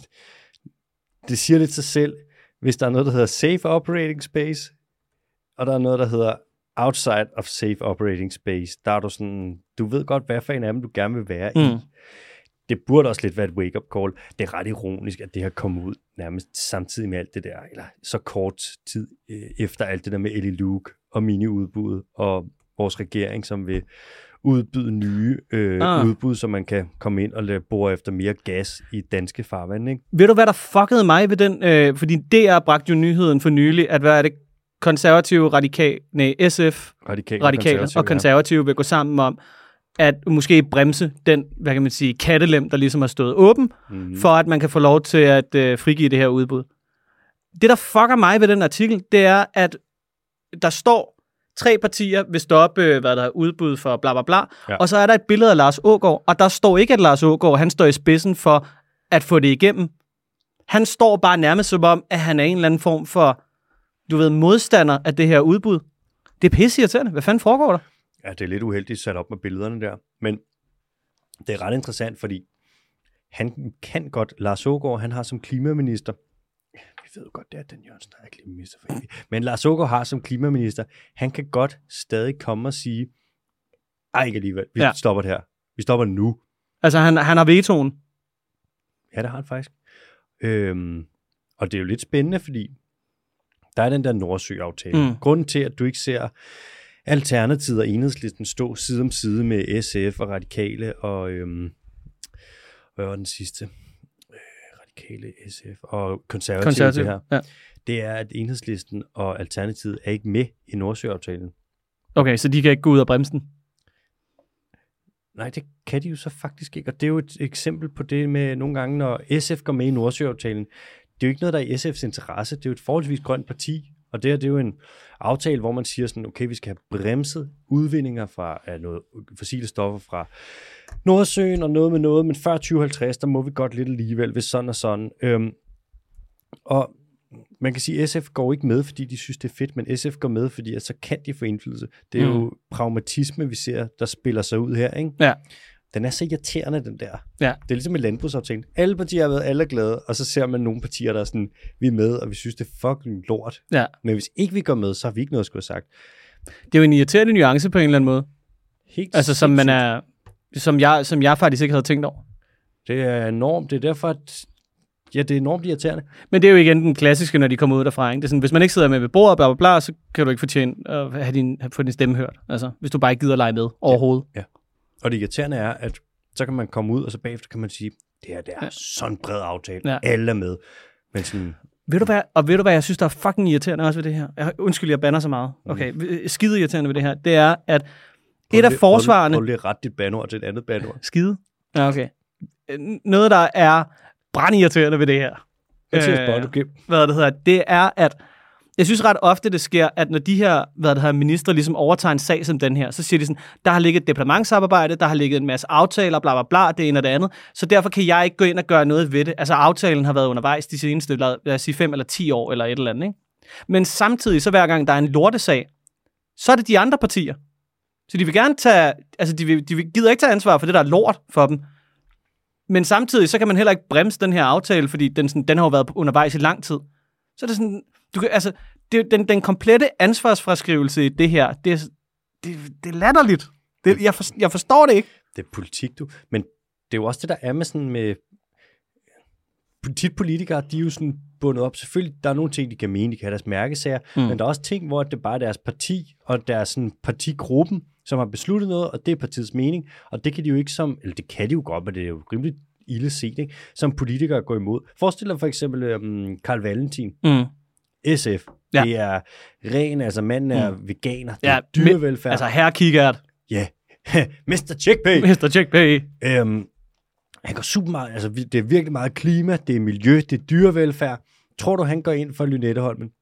det siger lidt sig selv, hvis der er noget, der hedder safe operating space, og der er noget, der hedder outside of safe operating space, der er du sådan, du ved godt, hvad for en af dem, du gerne vil være mm. i. Det burde også lidt være et wake-up call. Det er ret ironisk, at det har kommet ud nærmest samtidig med alt det der, eller så kort tid øh, efter alt det der med Ellie Luke og mini-udbuddet, og vores regering, som vil udbyde nye øh, ah. udbud, så man kan komme ind og bore efter mere gas i danske farvande, ikke? Ved du, hvad der fuckede mig ved den? Øh, fordi D R bragte jo nyheden for nylig, at hvad er det, konservative, radikal, nej, S F, radikale, radikale og konservative ja. vil gå sammen om, at måske bremse den, hvad kan man sige, kattelem, der ligesom har stået åben, mm-hmm. for at man kan få lov til at øh, frigive det her udbud. Det, der fucker mig ved den artikel, det er, at der står, tre partier vil stoppe, hvad der er udbud for bla bla bla, ja. og så er der et billede af Lars Aagaard, og der står ikke, at Lars Aagaard, han står i spidsen for at få det igennem. Han står bare nærmest som om, at han er en eller anden form for, du ved, modstander af det her udbud. Det er pisseirriterende. Hvad fanden foregår der? Ja, det er lidt uheldigt sat op med billederne der, men det er ret interessant, fordi han kan godt, Lars Aagaard, han har som klimaminister, vi ved jo godt, det er Dan Jørgensen, der er klimaminister for evigt. Men Lars Aagaard har som klimaminister, han kan godt stadig komme og sige, ej ikke alligevel, vi ja. stopper det her. Vi stopper nu. Altså han, han har vetoen? Ja, det har han faktisk. Øhm, og det er jo lidt spændende, fordi der er den der Nordsø-aftale. Mm. Grunden til, at du ikke ser Alternativet og Enhedslisten stå side om side med S F og Radikale og øhm, hvad var den sidste? Radikale, S F og konservative, konservative. Det her, ja. det er, at Enhedslisten og Alternativet er ikke med i Nordsø-aftalen. Okay, så de kan ikke gå ud og bremse den? Nej, det kan de jo så faktisk ikke, og det er jo et eksempel på det med nogle gange, når S F går med i Nordsø-aftalen. Det er jo ikke noget, der er i S F's interesse. Det er jo et forholdsvis grønt parti, og det her, det er jo en aftale, hvor man siger sådan, okay, vi skal have bremset udvindinger fra af noget fossile stoffer fra Nordsøen og noget med noget, men før tyve halvtreds, der må vi godt lidt alligevel, hvis sådan og sådan. Øhm, og man kan sige, at S F går ikke med, fordi de synes, det er fedt, men S F går med, fordi at så kan de få indflydelse. Det er mm. jo pragmatisme, vi ser, der spiller sig ud her, ikke? Ja. Den er så irriterende, den der. Ja. Det er ligesom med landbrugsaftalen. Alle partier har været alle glade, og så ser man nogle partier, der er sådan, vi er med, og vi synes, det er fucking lort. Ja. Men hvis ikke vi går med, så har vi ikke noget at skulle have sagt. Det er jo en irriterende nuance på en eller anden måde. Helt altså, som man er, som jeg, som jeg faktisk ikke havde tænkt over. Det er enormt. Det er derfor, at ja, det er enormt irriterende. Men det er jo igen den klassiske, når de kommer ud derfra. Ikke? Det er sådan, hvis man ikke sidder med ved bordet, bla, bla, bla, så kan du ikke fortjene at have din, få din stemme hørt. Altså, hvis du bare ikke gider lege med overhovedet. Ja. ja. Og det irriterende er, at så kan man komme ud, og så bagefter kan man sige, det her det er ja. sådan en bred aftale. Ja. Alle er med. Men sådan... Ved du hvad, og ved du hvad, jeg synes, der er fucking irriterende også ved det her? Jeg, undskyld, jeg bander så meget. Okay, mm. skide irriterende ved det her, det er, at et af forsvarerne... Prøv lige at rette dit bandord til et andet bandord. Skide? Ja, okay. Noget, der er brandirriterende ved det her. Jeg siger spot, okay. Hvad det hedder, det er, at jeg synes ret ofte, det sker, at når de her, hvad det hedder, ministre ligesom overtager en sag som den her, så siger de sådan, der har ligget et departementsarbejde, der har ligget en masse aftaler, bla bla bla, det ene og det andet, så derfor kan jeg ikke gå ind og gøre noget ved det. Altså aftalen har været undervejs de seneste, lad os sige, fem eller ti år eller et eller andet, ikke? Men samtidig, så hver gang der er en lortesag, så er det de andre partier, Så de vil gerne tage, altså de, vil, de vil, gider ikke tage ansvar for det, der er lort for dem. Men samtidig, så kan man heller ikke bremse den her aftale, fordi den, sådan, den har jo været undervejs i lang tid. Så er det sådan, du kan, altså, det, den, den komplette ansvarsfraskrivelse i det her, det er, det, det er latterligt. Det, jeg, for, jeg forstår det ikke. Det er politik, du. Men det er jo også det, der er med sådan med... Tit politikere, de er jo sådan bundet op. Selvfølgelig, der er nogle ting, de kan mene, de kan have deres mærkesager, mm. men der er også ting, hvor det bare er deres parti og deres sådan, partigruppen, som har besluttet noget, og det er partiets mening, og det kan de jo ikke som, eller det kan de jo godt, men det er jo rimelig ilde set, ikke? Som politikere går imod. Forestil dig for eksempel um, Carl Valentin, mm. S F, ja. Det er ren, altså manden er mm. veganer, det ja, er dyrevelfærd. Altså herre Kiggert. Ja, yeah. mister Checkpay. mister Checkpay. Um, Han går super meget, altså det er virkelig meget klima, det er miljø, det er dyrevelfærd. Tror du, han går ind for Lynetteholmen?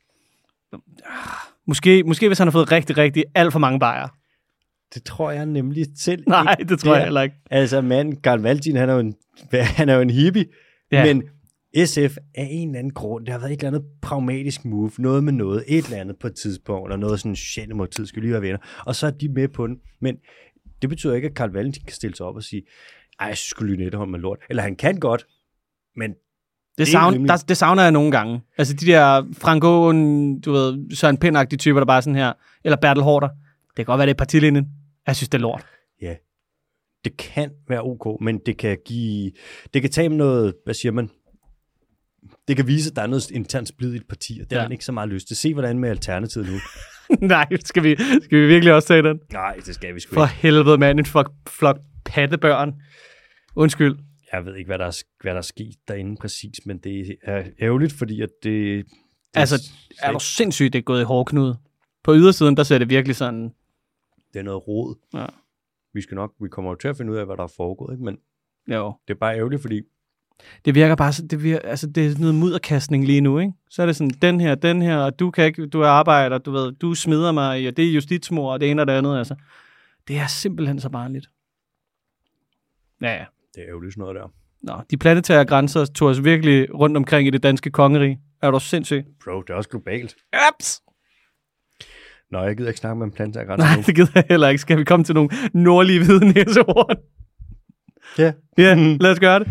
Måske, måske hvis han har fået rigtig, rigtig alt for mange bajer. Det tror jeg nemlig selv Nej, ikke. det tror det jeg heller ikke. Altså manden, Carl Valentin, han er jo en, han er jo en hippie, ja. Men S F er en eller anden grund. Det har været et eller andet pragmatisk move, noget med noget, et eller andet på et tidspunkt, eller noget sådan Socialdemokratiet skal lige være venner, og så er de med på den. Men det betyder ikke, at Carl Valentin kan stille sig op og sige, ej, jeg synes Lynetteholm er lort. Eller han kan godt, men... Det, det, savn, der, det savner jeg nogle gange. Altså de der Frank Aaen, du ved, Søren Pind-agtige typer, der bare sådan her, eller Bertel Haarder. Det kan godt være, det er partilinjen. Jeg synes, det er lort. Ja, det kan være ok, men det kan give... Det kan tage med noget, hvad siger man? Det kan vise, at der er noget internt splid i et parti, og det ja. Har man ikke så meget lyst til. Se, hvordan med Alternativet nu. Nej, skal vi, skal vi virkelig også tage den? Nej, det skal vi sgu ikke. For helvede, mand, en flok, flok pattebørn. Undskyld. Jeg ved ikke, hvad der, er, hvad der er sket derinde præcis, men det er ærgerligt, fordi at det... det altså, er du sindssygt, det er gået i hårdknude. På ydersiden, der ser det virkelig sådan... Det er noget rod. Ja. Vi skal nok, vi kommer jo til at finde ud af, hvad der er foregået, ikke? Men jo. Det er bare ærgerligt, fordi... Det virker bare så, det, virker, altså, det er noget mudderkastning lige nu, ikke? Så er det sådan, den her, den her, og du kan ikke, du er arbejder, du ved, du smider mig, og det er justitsmor, og det ene og det andet, altså. Det er simpelthen så barnligt. Ja, ja. Det er jo lige sådan noget der. Nå, de planetære grænser tog os virkelig rundt omkring i det danske kongerige. Er du sindssyg? Bro, det er også globalt. Ups! Nå, jeg gider ikke snakke med en planetære grænser. Nej, nu. Det gider jeg heller ikke. Skal vi komme til nogle nordlige hvide næsehorn? Ja. Ja, lad os gøre det.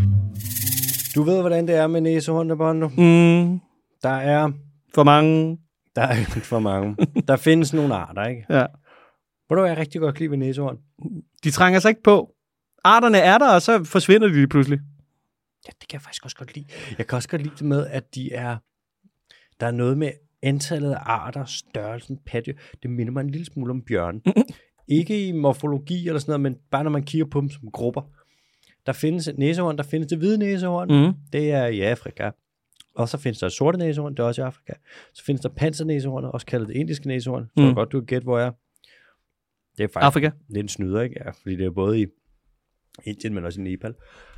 Du ved, hvordan det er med næsehornene, Bondo. Mm. Der er... For mange. Der er ikke for mange. Der findes nogle arter, ikke? Ja. Hvor du er rigtig godt lide ved næsehorn? De trænger sig ikke på. Arterne er der, og så forsvinder de lige pludselig. Ja, det kan jeg faktisk også godt lide. Jeg kan også godt lide det med, at de er... Der er noget med antallet af arter, størrelsen, pattedyr. Det minder mig en lille smule om bjørn. Mm-hmm. Ikke i morfologi eller sådan noget, men bare når man kigger på dem som grupper. Der findes et næsehorn, der findes det hvide næsehorn. Mm-hmm. Det er i Afrika. Og så findes der sorte næsehorn, det er også i Afrika. Så findes der pansernæsehorn, også kaldet det indiske næsehorn. Så mm. godt, du kan gætte, hvor jeg er. Det er faktisk Afrika. lidt en snyder, ikke? Ja, fordi det er både i Indien, men også i Nepal.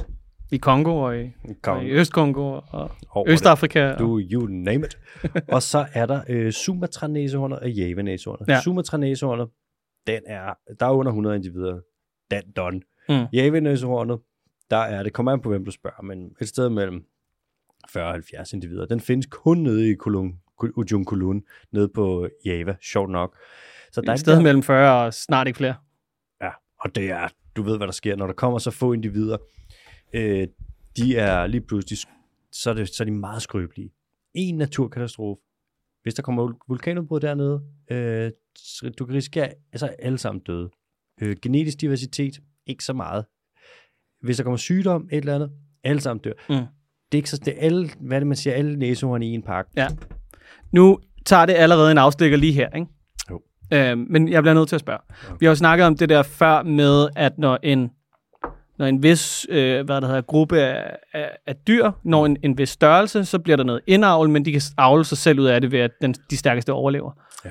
I Kongo og i, og i Østkongo og Over Østafrika. Du, you name it. Og så er der øh, Sumatra-næsehornet og Java-næsehornet. Ja. Sumatra-næsehornet, den er, der er under hundrede individer. Den done. Mm. Java-næsehornet, der er, det kommer an på, hvem du spørger, men et sted mellem fyrre og halvfjerds individer. Den findes kun nede i Ujung Kulon, nede på Java, sjovt nok. Så der er et sted der... mellem fyrre og snart ikke flere. Ja, og det er, du ved, hvad der sker, når der kommer så få individer. Øh, de er lige pludselig, så er, det, så er de meget skrøbelige. En naturkatastrofe. Hvis der kommer vulkanudbrud dernede, øh, du kan risikere, altså alle sammen døde. Øh, genetisk diversitet, ikke så meget. Hvis der kommer sygdom, et eller andet, alle sammen dør. Mm. Det er ikke så, det er alle, hvad er det, man siger, alle næsehorn i en pakke. Ja. Nu tager det allerede en afstikker lige her, ikke? Jo. Øh, men jeg bliver nødt til at spørge. Okay. Vi har jo snakket om det der før med, at når en Når en vis øh, hvad der hedder, gruppe af, af, af dyr når en, en vis størrelse, så bliver der noget indavl, men de kan avle sig selv ud af det ved, at den, de stærkeste overlever. Ja.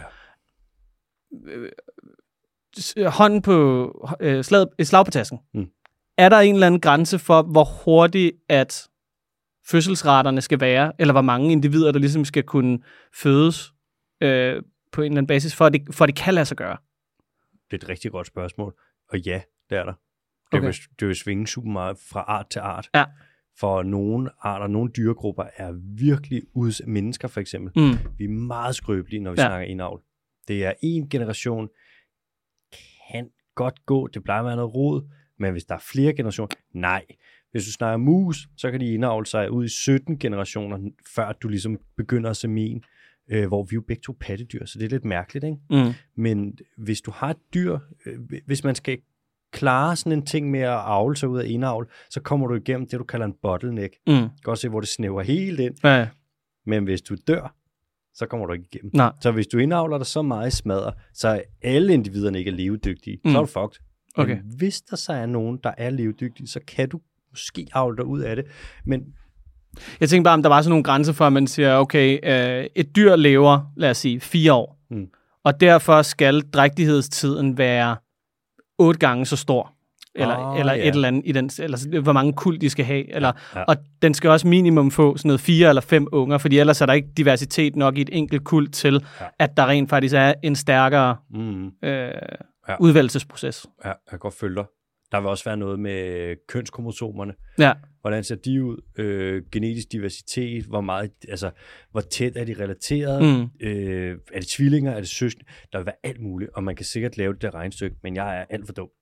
Øh, hånden på øh, slag, slag på tasken. Mm. Er der en eller anden grænse for, hvor hurtigt at fødselsraterne skal være, eller hvor mange individer, der ligesom skal kunne fødes øh, på en eller anden basis, for at, det, for at det kan lade sig gøre? Det er et rigtig godt spørgsmål. Og ja, det er der. Det, okay. vil, det vil svinge super meget fra art til art. Ja. For nogle arter, nogle dyregrupper er virkelig udsat. Mennesker for eksempel. Mm. Vi er meget skrøbelige, når vi ja. snakker indavl. Det er en generation, kan godt gå, det plejer at være noget rod, men hvis der er flere generationer, nej. Hvis du snakker mus, så kan de indavle sig ud i sytten generationer, før du ligesom begynder at semen, øh, hvor vi jo begge to pattedyr, så det er lidt mærkeligt, ikke? Mm. Men hvis du har et dyr, øh, hvis man skal klare sådan en ting med at avle sig ud af indavl, så kommer du igennem det, du kalder en bottleneck. Mm. Du kan også se, hvor det snæver helt ind. Ja, ja. Men hvis du dør, så kommer du ikke igennem. Nej. Så hvis du indavler dig så meget i smadder, så alle individerne ikke er levedygtige, mm. så er du fucked. Okay. Men hvis der så er nogen, der er levedygtige, så kan du måske avle dig ud af det. Men jeg tænker bare, om der var sådan nogle grænser for, at man siger, okay, øh, et dyr lever, lad os sige, fire år. Mm. Og derfor skal drægtighedstiden være otte gange så stor. Eller, oh, eller yeah. et eller andet i den, eller hvor mange kuld de skal have. Eller, ja. Og den skal også minimum få sådan noget fire eller fem unger, fordi ellers er der ikke diversitet nok i et enkelt kuld til, ja. At der rent faktisk er en stærkere mm. øh, ja. udvælgelsesproces. Ja, jeg kan godt følge dig. Der vil også være noget med kønskromosomerne. Ja. Hvordan ser de ud? Øh, genetisk diversitet, hvor meget, altså, hvor tæt er de relateret? Mm. Øh, er det tvillinger? Er det søskende? Der vil være alt muligt, og man kan sikkert lave det der regnstykke, men jeg er alt for dum.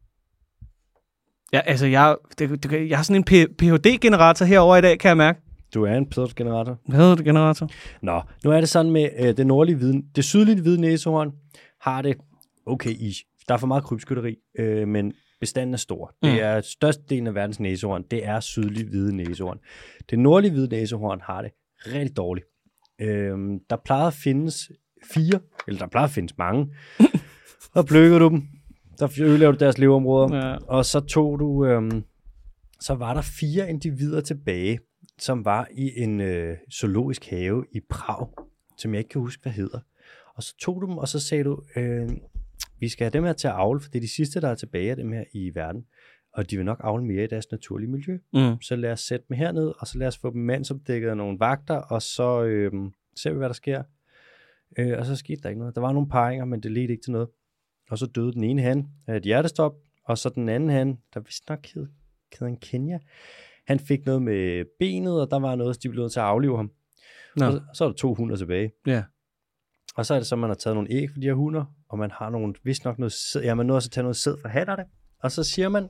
Ja, altså, jeg, det, det, jeg har sådan en P H D-generator herovre i dag, kan jeg mærke. Du er en P H D-generator? P H D-generator. Nå, nu er det sådan med øh, det nordlige hvide, det sydlige hvide næsehorn har det okay ish. Der er for meget krybskytteri, øh, men bestanden er stor. Mm. Det er størstedelen af verdens næsehorn, det er sydlige hvide næsehorn. Det nordlige hvide næsehorn har det rigtig dårligt. Øh, der plejer at findes fire, eller der plejer at findes mange, og pløkker du dem, der ødelægger du deres leveområder, ja. Og så tog du, øhm, så var der fire individer tilbage, som var i en øh, zoologisk have i Prag, som jeg ikke kan huske, hvad hedder. Og så tog du dem, og så sagde du, øh, vi skal have dem her til at avle, for det er de sidste, der er tilbage af dem her i verden, og de vil nok avle mere i deres naturlige miljø. Mm. Så lad os sætte dem herned, og så lad os få dem mandsopdækket af nogle vagter, og så øh, ser vi, hvad der sker. Øh, og så skete der ikke noget. Der var nogle paringer, men det ledte ikke til noget. Og så døde den ene han af et hjertestop, og så den anden han, der vist nok hed, hed en Kenya, han fik noget med benet, og der var noget, så de blev nødt til at aflive ham. No. Og så, så er der to hunder tilbage. Yeah. Og så er det så, man har taget nogle æg fra de her hunder, og man har nogle, vist nok noget sæd, ja, man nåede også at tage noget sæd fra hatterne, og så siger man,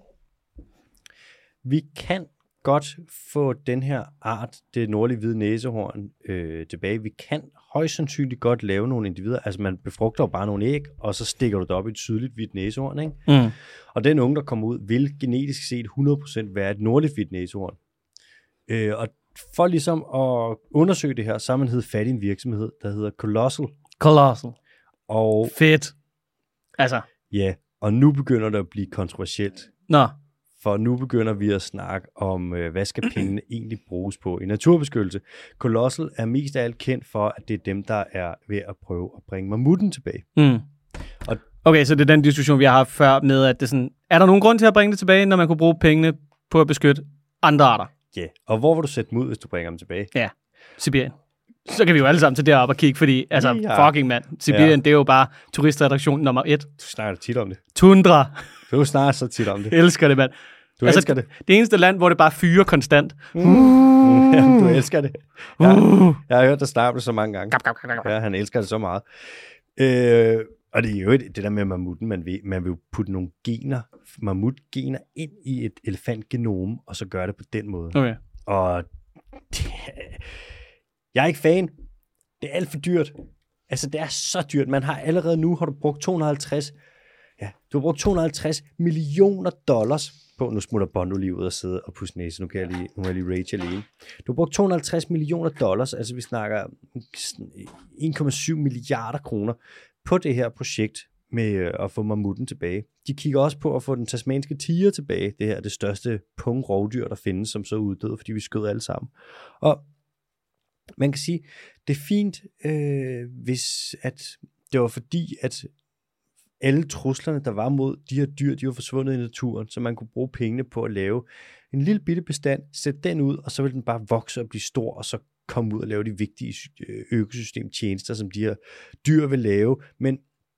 vi kan godt få den her art, det nordlige hvide næsehorn, øh, tilbage. Vi kan højst sandsynligt godt lave nogle individer. Altså man befrugter jo bare nogle æg, og så stikker du det op i et sydligt hvidt næsehorn, ikke? Mm. Og den unge, der kommer ud, vil genetisk set hundrede procent være et nordligt hvidt næsehorn. Øh, og for ligesom at undersøge det her, så har man heddet fat i en virksomhed, der hedder Colossal. Colossal. Og fedt. Altså. Ja, og nu begynder det at blive kontroversielt. Nå. For nu begynder vi at snakke om, øh, hvad skal pengene egentlig bruges på i naturbeskyttelse. Colossal er mest af alt kendt for, at det er dem, der er ved at prøve at bringe mammuten tilbage. Mm. Og okay, så det er den diskussion, vi har haft før med, at det sådan, er der nogen grund til at bringe det tilbage, når man kunne bruge pengene på at beskytte andre arter? Ja, yeah. Og hvor vil du sætte dem ud, hvis du bringer dem tilbage? Ja, Sibirien. Så kan vi jo alle sammen til deroppe og kigge, fordi, altså, ja. fucking mand, Sibirien, ja. Det er jo bare turistattraktion nummer et. Du snakker tit om det. Tundra. Du snakker så tit om det. Jeg elsker det, mand. Du altså, elsker det. Det eneste land, hvor det bare fyrer konstant. Mm. Uh. Ja, du elsker det. Ja, uh. Jeg har hørt dig snakke det så mange gange. Ja, han elsker det så meget. Øh, og det er jo det der med mammuten, man vil, man vil putte nogle gener, mammutgener ind i et elefantgenom, og så gøre det på den måde. Okay. Og det, jeg er ikke fan. Det er alt for dyrt. Altså, det er så dyrt. Man har allerede nu, har du brugt to hundrede og halvtreds Ja, du har brugt to hundrede og halvtreds millioner dollars på, nu smutter Bondo lige ud og sidde og pusse næse, nu kan jeg lige, nu er jeg lige rage alene. Du har brugt to hundrede og halvtreds millioner dollars, altså vi snakker en komma syv milliarder kroner på det her projekt med at få mammuten tilbage. De kigger også på at få den tasmanske tiger tilbage, det her det største pungrovdyr, der findes, som så uddøde, fordi vi skød alle sammen. Og man kan sige, det er fint, øh, hvis at det var fordi, at alle truslerne, der var mod de her dyr, de var forsvundet i naturen, så man kunne bruge pengene på at lave en lille bitte bestand, sætte den ud, og så vil den bare vokse og blive stor, og så komme ud og lave de vigtige økosystemtjenester, som de her dyr vil lave. Men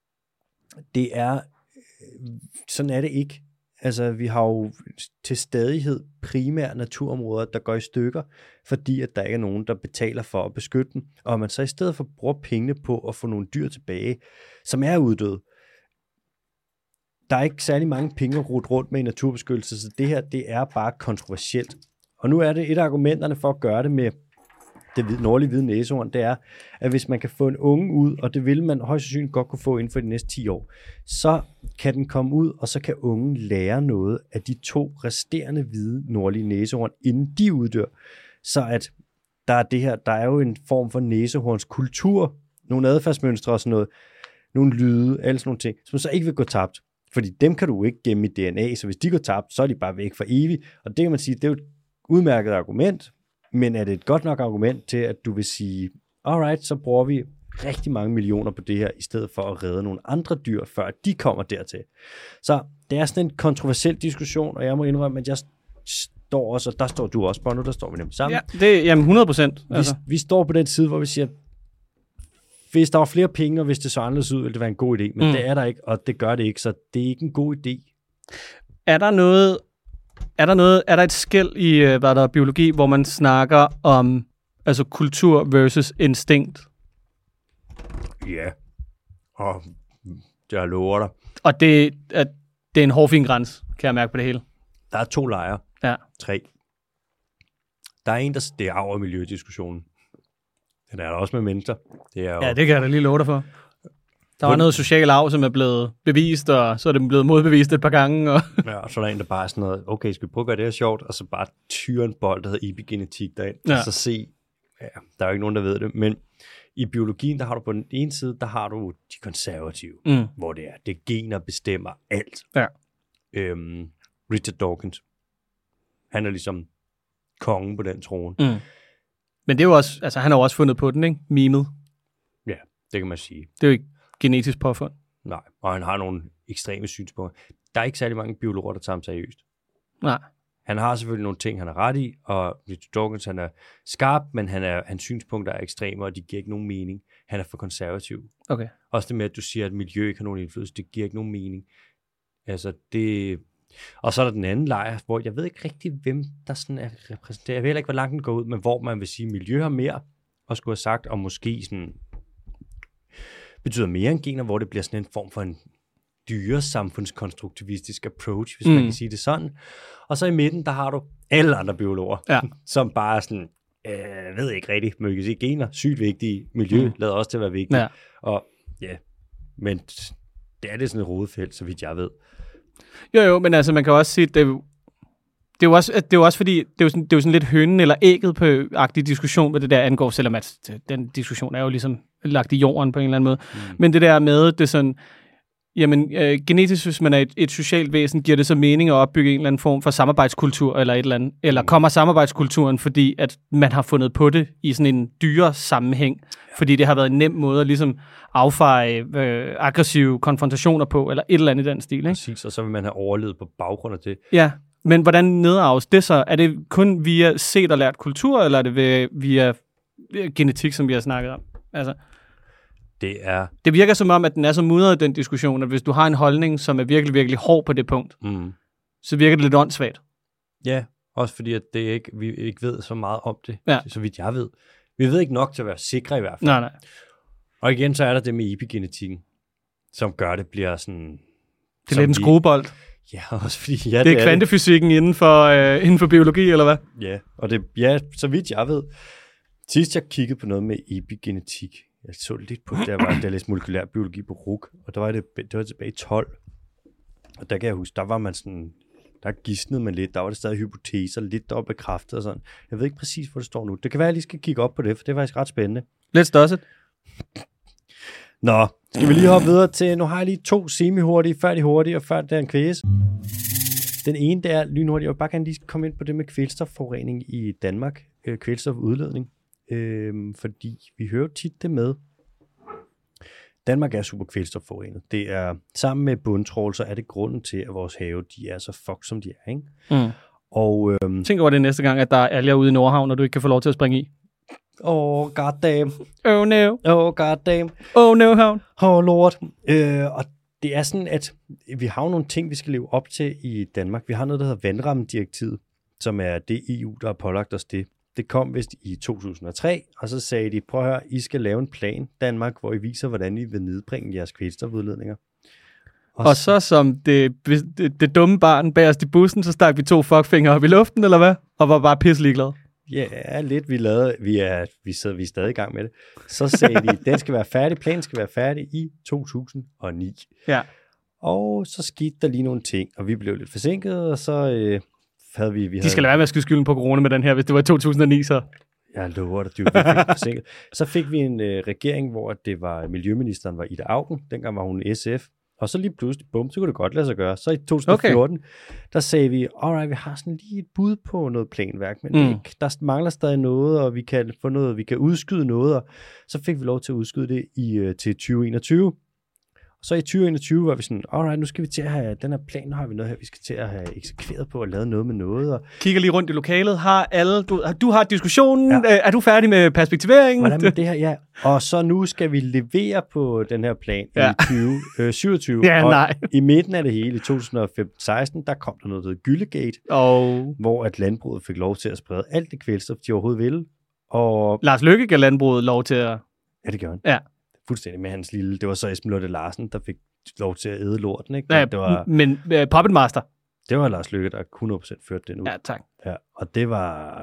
det er, sådan er det ikke. Altså, vi har jo til stadighed primære naturområder, der går i stykker, fordi at der ikke er nogen, der betaler for at beskytte dem. Og man så i stedet for bruger pengene på at få nogle dyr tilbage, som er uddøde, der er ikke særlig mange penge at rute rundt med i naturbeskyttelse, så det her, det er bare kontroversielt. Og nu er det et af argumenterne for at gøre det med det nordlige hvide næsehorn, det er, at hvis man kan få en unge ud, og det vil man højst sandsynligt godt kunne få inden for de næste ti år, så kan den komme ud, og så kan ungen lære noget af de to resterende hvide nordlige næsehorn, inden de uddør. Så at der er det her, der er jo en form for næsehorns kultur, nogle adfærdsmønstre og sådan noget, nogle lyde, alle sådan nogle ting, som så ikke vil gå tabt. Fordi dem kan du ikke gemme i D N A, så hvis de går tabt, så er de bare væk for evigt. Og det kan man sige, det er jo et udmærket argument, men er det et godt nok argument til, at du vil sige, alright, så bruger vi rigtig mange millioner på det her, i stedet for at redde nogle andre dyr, før de kommer dertil. Så det er sådan en kontroversiel diskussion, og jeg må indrømme, at jeg står også, og der står du også, Bono, der står vi nemlig sammen. Ja, det er jamen hundrede procent. Altså. Vi, vi står på den side, hvor vi siger, hvis der var flere penge, og hvis det så anderledes ud, ville det være en god idé, men mm. det er der ikke, og det gør det ikke, så det er ikke en god idé. Er der noget, er der noget, er der et skel i, hvad der er biologi, hvor man snakker om, altså kultur versus instinkt? Ja, og jeg lover dig. Og det, at det er en hårfin grænse, kan jeg mærke på det hele. Der er to lejre. Ja. Tre. Der er en, der det er arv- og miljødiskussionen. Den er der også med mennesker. Det er jo... Ja, det kan jeg da lige love dig for. Der var noget social arv, som er blevet bevist, og så er det blevet modbevist et par gange. Og ja, og så er der en, der bare er sådan noget, okay, skal vi prøve at gøre det her sjovt, og så bare tyre en bold, der hedder epigenetik derind, ja. Og så se, ja, der er jo ikke nogen, der ved det, men i biologien, der har du på den ene side, der har du de konservative, mm. hvor det er, det gener bestemmer alt. Ja. Øhm, Richard Dawkins, han er ligesom kongen på den trone. Mm. Men det er jo også, altså han har jo også fundet på den, ikke? Memet. Ja, det kan man sige. Det er jo ikke genetisk påfund. Nej, og han har nogle ekstreme synspunkter. Der er ikke særlig mange biologer, der tager ham seriøst. Nej. Han har selvfølgelig nogle ting, han er ret i, og Richard Dawkins, han er skarp, men han er, hans synspunkter er ekstreme, og de giver ikke nogen mening. Han er for konservativ. Okay. Også det med, at du siger, at miljø ikke har nogen indflydelse, det giver ikke nogen mening. Altså, det... Og så er der den anden lejr, hvor jeg ved ikke rigtig, hvem der sådan er repræsenteret. Jeg ved heller ikke, hvor langt den går ud, men hvor man vil sige, at miljø har mere, og skulle have sagt, og måske sådan betyder mere end gener, hvor det bliver sådan en form for en dyre samfundskonstruktivistisk approach, hvis mm. man kan sige det sådan. Og så i midten, der har du alle andre biologer, ja. som bare sådan, øh, ved ikke rigtigt, man kan sige, gener, sygt vigtige, miljø mm. lader også til at være vigtigt. Ja. Og ja, men det er det sådan et rodefelt, så vidt jeg ved. Jo, jo, men altså, man kan også sige, det er jo, det er jo også, det er jo også fordi, det er jo sådan, det er jo sådan lidt hønen eller ægget på agtig diskussion, hvad det der angår, selvom at den diskussion er jo ligesom lagt i jorden på en eller anden måde. Mm. Men det der med, det er sådan, jamen, øh, genetisk, hvis man er et, et socialt væsen, giver det så mening at opbygge en eller anden form for samarbejdskultur eller et eller andet, eller mm. kommer samarbejdskulturen, fordi at man har fundet på det i sådan en dyre sammenhæng, ja. Fordi det har været en nem måde at ligesom affeje øh, aggressive konfrontationer på, eller et eller andet i den stil, ikke? Præcis, og så vil man have overlevet på baggrund af det. Ja, men hvordan nedarves det så? Er det kun via set og lært kultur, eller er det via, via genetik, som vi har snakket om? Altså, det er... Det virker som om, at den er så mudret, den diskussion, at hvis du har en holdning, som er virkelig, virkelig hård på det punkt, mm. så virker det lidt åndssvagt. Ja, også fordi at det ikke, vi ikke ved så meget om det, ja. Så vidt jeg ved. Vi ved ikke nok til at være sikre i hvert fald. Nej, nej. Og igen, så er der det med epigenetikken, som gør det bliver sådan... Det er lidt en skruebold. Ja, også fordi... Ja, det, det er kvantefysikken det. Inden, for, øh, inden for biologi, eller hvad? Ja, og det, ja, så vidt jeg ved. Sidst jeg kiggede på noget med epigenetik, jeg så lidt på det, der var, der læste molekylær biologi på R U C, og der var det, det var tilbage i tolv. Og der kan jeg huske, der var man sådan... Der gidsnede man lidt, der var det stadig hypoteser, lidt der var bekræftet og sådan. Jeg ved ikke præcis, hvor det står nu. Det kan være, at jeg lige skal kigge op på det, for det er faktisk ret spændende. Let's does it. Nå, skal vi lige hoppe videre til, nu har jeg lige to semi-hurtige, færdig hurtige og færdig der en quiz. Den ene, der er lynhurtig, jeg vil bare gerne lige komme ind på det med kvælstofforurening i Danmark, øh, kvælstofudledning, øh, fordi vi hører tit det med, Danmark er super kvælstofforurenet. Det er, sammen med bundtrål, så er det grunden til, at vores have, de er så fuck, som de er, ikke? Mm. Og, øhm, tænk over det næste gang, at der er alger ude i Nordhavn, og du ikke kan få lov til at springe i. Åh, oh, goddamn. Oh no. Åh, oh, goddamn. Oh no, havn. Åh, oh, lort. Øh, og det er sådan, at vi har nogle ting, vi skal leve op til i Danmark. Vi har noget, der hedder vandrammedirektivet, som er det E U, der har pålagt os det. Det kom vist i to tusind og tre, og så sagde de, prøv at høre, I skal lave en plan, Danmark, hvor I viser, hvordan I vil nedbringe jeres kvælstofudledninger. Og, og så som det, det, det dumme barn bag os i bussen, så stak vi to fuckfinger op i luften, eller hvad? Og var bare pisselig glade. Ja, lidt. Vi lavede, vi er, vi sidder, vi er stadig i gang med det. Så sagde vi, den skal være færdig, planen skal være færdig i to tusind og ni. Ja. Og så skete der lige nogle ting, og vi blev lidt forsinket, og så øh, havde vi... vi De skal lade være med at skyde skylden på corona med den her, hvis det var i to tusind og ni, så... Jeg lover dig, du var forsinket. Så fik vi en øh, regering, hvor det var, miljøministeren var Ida Auken, dengang var hun S F, og så lige pludselig, bum, så kunne det godt lade sig gøre. Så i to tusind og fjorten, okay. der sagde vi, alright, vi har sådan lige et bud på noget planværk, men mm. det ikke, der mangler stadig noget, og vi kan få noget, vi kan udskyde noget, og så fik vi lov til at udskyde det i, øh, til tyve enogtyve. Så i tyve enogtyve var vi sådan, alright, nu skal vi til at have, den her plan, nu har vi noget her, vi skal til at have eksekveret på og lavet noget med noget. Og... Kigger lige rundt i lokalet, har alle, du, du har diskussionen, ja. Er du færdig med perspektiveringen? Hvordan med det her, ja. Og så nu skal vi levere på den her plan ja. i tyve syvogtyve. Ja, og nej. i midten af det hele, i to tusind og seksten, der kom der noget, der hed Gyllegate, oh. hvor at landbruget fik lov til at sprede alt det kvælstof, de overhovedet ville. Og... Lars Løkke gav landbruget lov til at... Ja, det gjorde han. Ja. Fuldstændig med hans lille, det var så Esben Lunde Larsen, der fik lov til at æde lorten, ikke? Ja, det var, men uh, Puppet Master. Det var Lars Løkke, der hundrede procent førte den ud. Ja, tak. Ja, og det var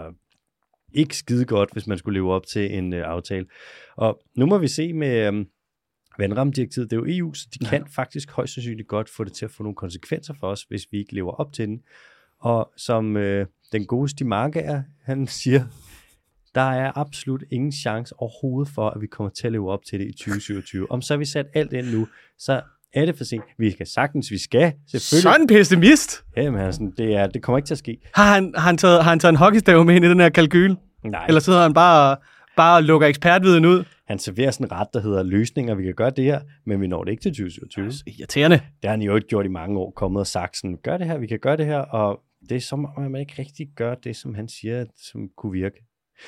ikke skide godt, hvis man skulle leve op til en uh, aftale. Og nu må vi se med um, vandramdirektivet, det er jo E U, så de ja. kan faktisk højst sandsynligt godt få det til at få nogle konsekvenser for os, hvis vi ikke lever op til den. Og som uh, den gode Stig Markager, han siger, der er absolut ingen chance overhovedet for, at vi kommer til at leve op til det i tyve syvogtyve. Om så har vi sat alt ind nu, så er det for sent. Vi skal sagtens, vi skal. Selvfølgelig. Sådan en pessimist! Jamen, altså, det, er, det kommer ikke til at ske. Har han, har han, taget, har han taget en hockeystav med ind i den her kalkyl? Nej. Eller sidder han bare, bare og lukker ekspertviden ud? Han serverer sådan en ret, der hedder løsninger. Vi kan gøre det her, men vi når det ikke til tyve syvogtyve. Altså, irriterende. Det har han jo ikke gjort i mange år, kommet og sagt sådan, gør det her, vi kan gøre det her, og det er som om, man ikke rigtig gør det, som han siger, som kunne virke.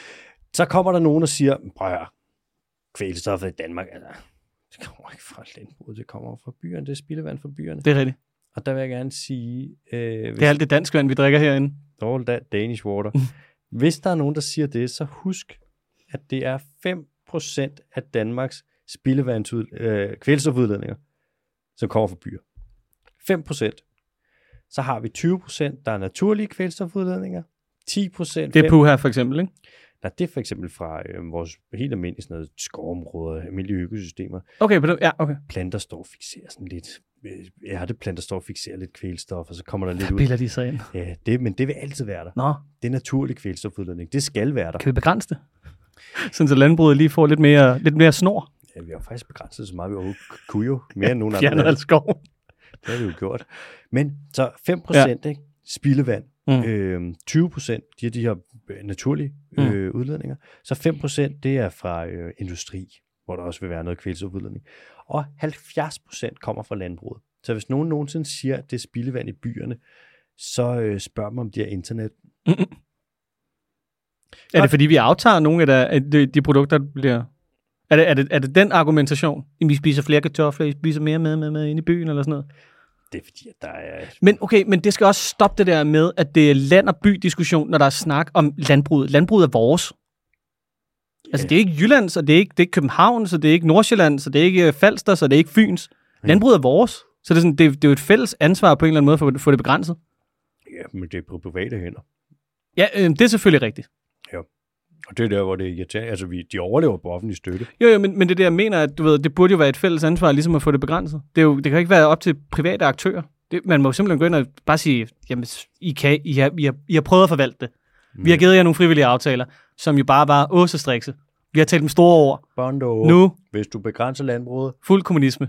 Så kommer der nogen og siger, prøv at høre, kvælstoffet i Danmark, altså, det kommer ikke fra landbruget, det kommer fra byerne, det er spildevand fra byerne. Det er rigtigt. Og der vil jeg gerne sige... Øh, hvis, det er alt det dansk vand, vi drikker herinde. All that Danish water. Hvis der er nogen, der siger det, så husk, at det er fem procent af Danmarks spildevands øh, kvælstofudledninger, som kommer fra byer. fem procent. Så har vi tyve procent, der er naturlige kvælstofudledninger. ti procent... Det er puha for eksempel, ikke? Nej, det er for eksempel fra øh, vores helt almindelige sådan noget, skovområder, almindelige økosystemer. Okay, ja, okay. Planter står og fixerer sådan lidt, øh, ærteplanter står og fixerer lidt kvælstof, og så kommer der lidt der ud. Piller de sig ind. Ja, det, men det vil altid være der. Nå. Det er naturlig kvælstofudledning. Det skal være der. Kan vi begrænse det? Sådan så landbruget lige får lidt mere, lidt mere snor. Ja, vi har faktisk begrænset så meget, vi overhovedet kunne jo. Mere end nogen andre. Fjernet al skov. Det har vi jo gjort. Men så fem procent, ja. Ikke? Spildevand. Mm. Øh, tyve procent, de er de her naturlige øh, mm. udledninger. Så fem procent, det er fra øh, industri, hvor der også vil være noget kvælstofudledning. Og halvfjerds procent kommer fra landbruget. Så hvis nogen nogensinde siger, at det er spildevand i byerne, så øh, spørger man, om de har internet. Mm-mm. Er det fordi, vi aftager nogle af de, de produkter, der bliver... Er det, er, det, er det den argumentation? Vi spiser flere kartofler, vi spiser mere med, med, med inde i byen, eller sådan noget? Det er fordi, at der er... Men okay, men det skal også stoppe det der med, at det er land- og by-diskussion, når der er snak om landbruget. Landbruget er vores. Yeah. Altså, det er ikke Jyllands, og det er ikke, det er ikke København, så det er ikke Nordsjælland, så det er ikke Falster, så det er ikke Fyns. Mm. Landbruget er vores. Så det er, sådan, det, det er jo et fælles ansvar på en eller anden måde for at få det begrænset. Ja, men det er på private hænder. Ja, øh, det er selvfølgelig rigtigt. Ja. Og det er der, hvor det er irriterende. Altså, vi, de overlever på offentlig støtte. Jo, jo, men, men det er det, jeg mener, at du ved, det burde jo være et fælles ansvar, ligesom at få det begrænset. Det, er jo, det kan ikke være op til private aktører. Det, man må jo simpelthen gå ind og bare sige, jamen, I, kan, I, har, I, har, I har prøvet at forvalte det. Mm. Vi har givet jer nogle frivillige aftaler, som jo bare var åsestrikse. Vi har talt dem store ord. Bondo. Nu. Hvis du begrænser landbruget. Fuld kommunisme.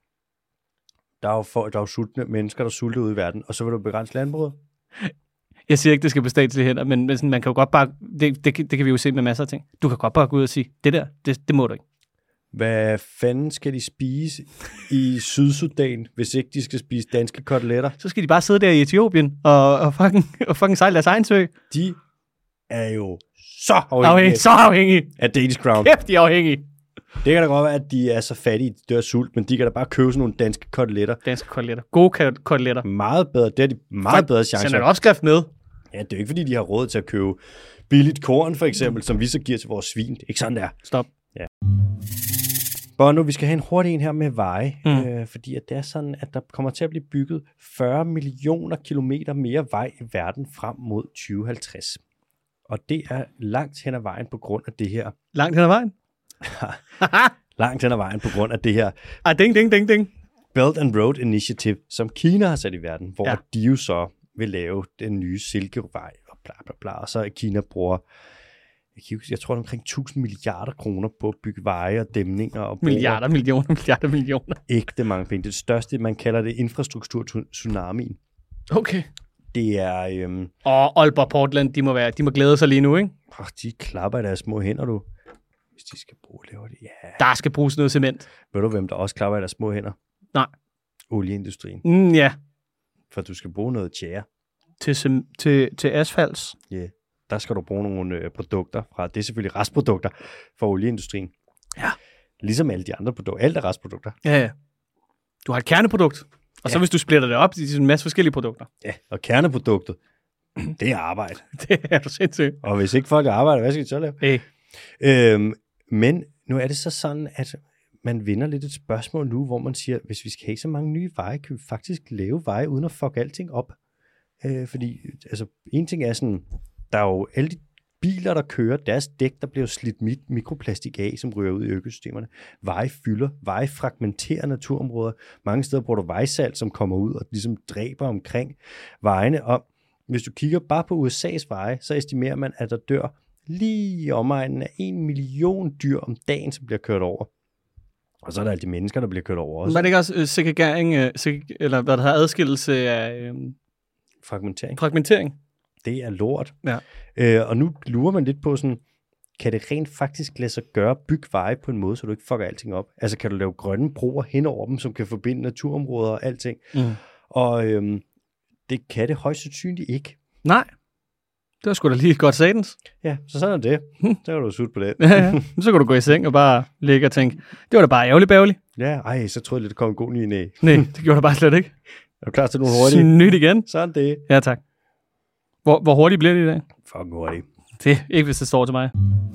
Der er jo, for, der er jo sultne mennesker, der sulter ud i verden, og så vil du begrænse landbruget. Jeg siger ikke, det skal på statslige hænder, men, men sådan, man kan jo godt bare, det, det, det kan vi jo se med masser af ting. Du kan godt bare gå ud og sige, det der, det, det må du ikke. Hvad fanden skal de spise i Sydsudan, hvis ikke de skal spise danske koteletter? Så skal de bare sidde der i Etiopien og, og, fucking, og fucking sejle deres egen sø. De er jo så afhængige, afhængige så afhængige af Danish Crown. Kæft, de er afhængige. Det kan da godt være, at de er så fattige, de dør sult, men de kan da bare købe sådan nogle danske koteletter. Danske koteletter. Gode koteletter. Meget bedre. Det er de meget for, bedre chancer. Sender en opskrift med. Ja, det er jo ikke, fordi de har råd til at købe billigt korn, for eksempel, som vi så giver til vores svin. Det er ikke sådan, der. Stop. Ja. Bono, vi skal have en hurtig en her med veje, Mm. øh, fordi at det er sådan, at der kommer til at blive bygget fyrre millioner kilometer mere vej i verden frem mod tyve halvtreds. Og det er langt hen ad vejen på grund af det her. Langt hen ad vejen? langt hen ad vejen på grund af det her Ah, ding, ding, ding, ding. Belt and Road Initiative, som Kina har sat i verden, hvor Ja. de jo så vil lave den nye Silkevej og bla bla bla. Og så Kina bruger, jeg, kan huske, jeg tror, omkring tusind milliarder kroner på at bygge veje og dæmninger. Og Milliarder, millioner, milliarder, millioner. ægte mange penge. Det er det største, man kalder det infrastruktur-tsunamien. Okay. Det er, øhm, Og Aalborg Portland, de må, være, de må glæde sig lige nu, ikke? åh, de klapper i deres små hænder, du. Hvis de skal bruge, laver det. Ja. Der skal bruges noget cement. Ved du, hvem der også klapper i deres små hænder? Nej. Olieindustrien. Mm, ja, For du skal bruge noget tjære. til, sem- til, til asfalts. Ja. Yeah. Der skal du bruge nogle øh, produkter fra, det er selvfølgelig restprodukter fra olieindustrien. Ja. Ligesom alle de andre produkter. Alt er restprodukter. Ja, ja. Du har et kerneprodukt, og så Ja. hvis du splitter det op, det er en masse forskellige produkter. Ja. Og kerneproduktet, det er arbejde. Det er du sindssygt. Og hvis ikke folk arbejder, hvad skal de så lave? Hey. Øhm, men nu er det så sådan, at man vinder lidt et spørgsmål nu, hvor man siger, hvis vi skal have så mange nye veje, kan vi faktisk lave veje uden at fuck alting op. Øh, fordi, altså, en ting er sådan, der er jo alle de biler, der kører, deres dæk, der bliver slidt mit mikroplastik af, som ryger ud i økosystemerne. Veje fylder, veje fragmenterer naturområder. Mange steder bruger du vejsalt, som kommer ud og ligesom dræber omkring vejene. Og hvis du kigger bare på U S A's veje, så estimerer man, at der dør lige i omegnen af en million dyr om dagen, som bliver kørt over. Og så er der alle de mennesker, der bliver kørt over også. Var det ikke også øh, segregering, øh, seg- eller hvad der hedder, adskillelse af øh, Fragmentering. fragmentering? Det er lort. Ja. Øh, og nu lurer man lidt på sådan, kan det rent faktisk lade sig gøre bygge veje på en måde, så du ikke fucker alting op? Altså kan du lave grønne broer hen over dem, som kan forbinde naturområder og alting? Mm. Og øhm, det kan det højst sandsynligt ikke. Nej. Det var sgu da lige godt satans. Ja, så sådan er det. Så kan du sutte på det. Ja, ja. Så kan du gå i seng og bare ligge og tænke, det var da bare ærgerligt bævligt. Ja, ej, så troede jeg lidt, der kom en god ny næ. Nej, det gjorde der bare slet ikke. Er du klar til nogle hurtige? Nyt igen. Sådan det. Ja, tak. Hvor, hvor hurtigt bliver det i dag? Fucking hurtigt. Det er ikke, hvis det står til mig.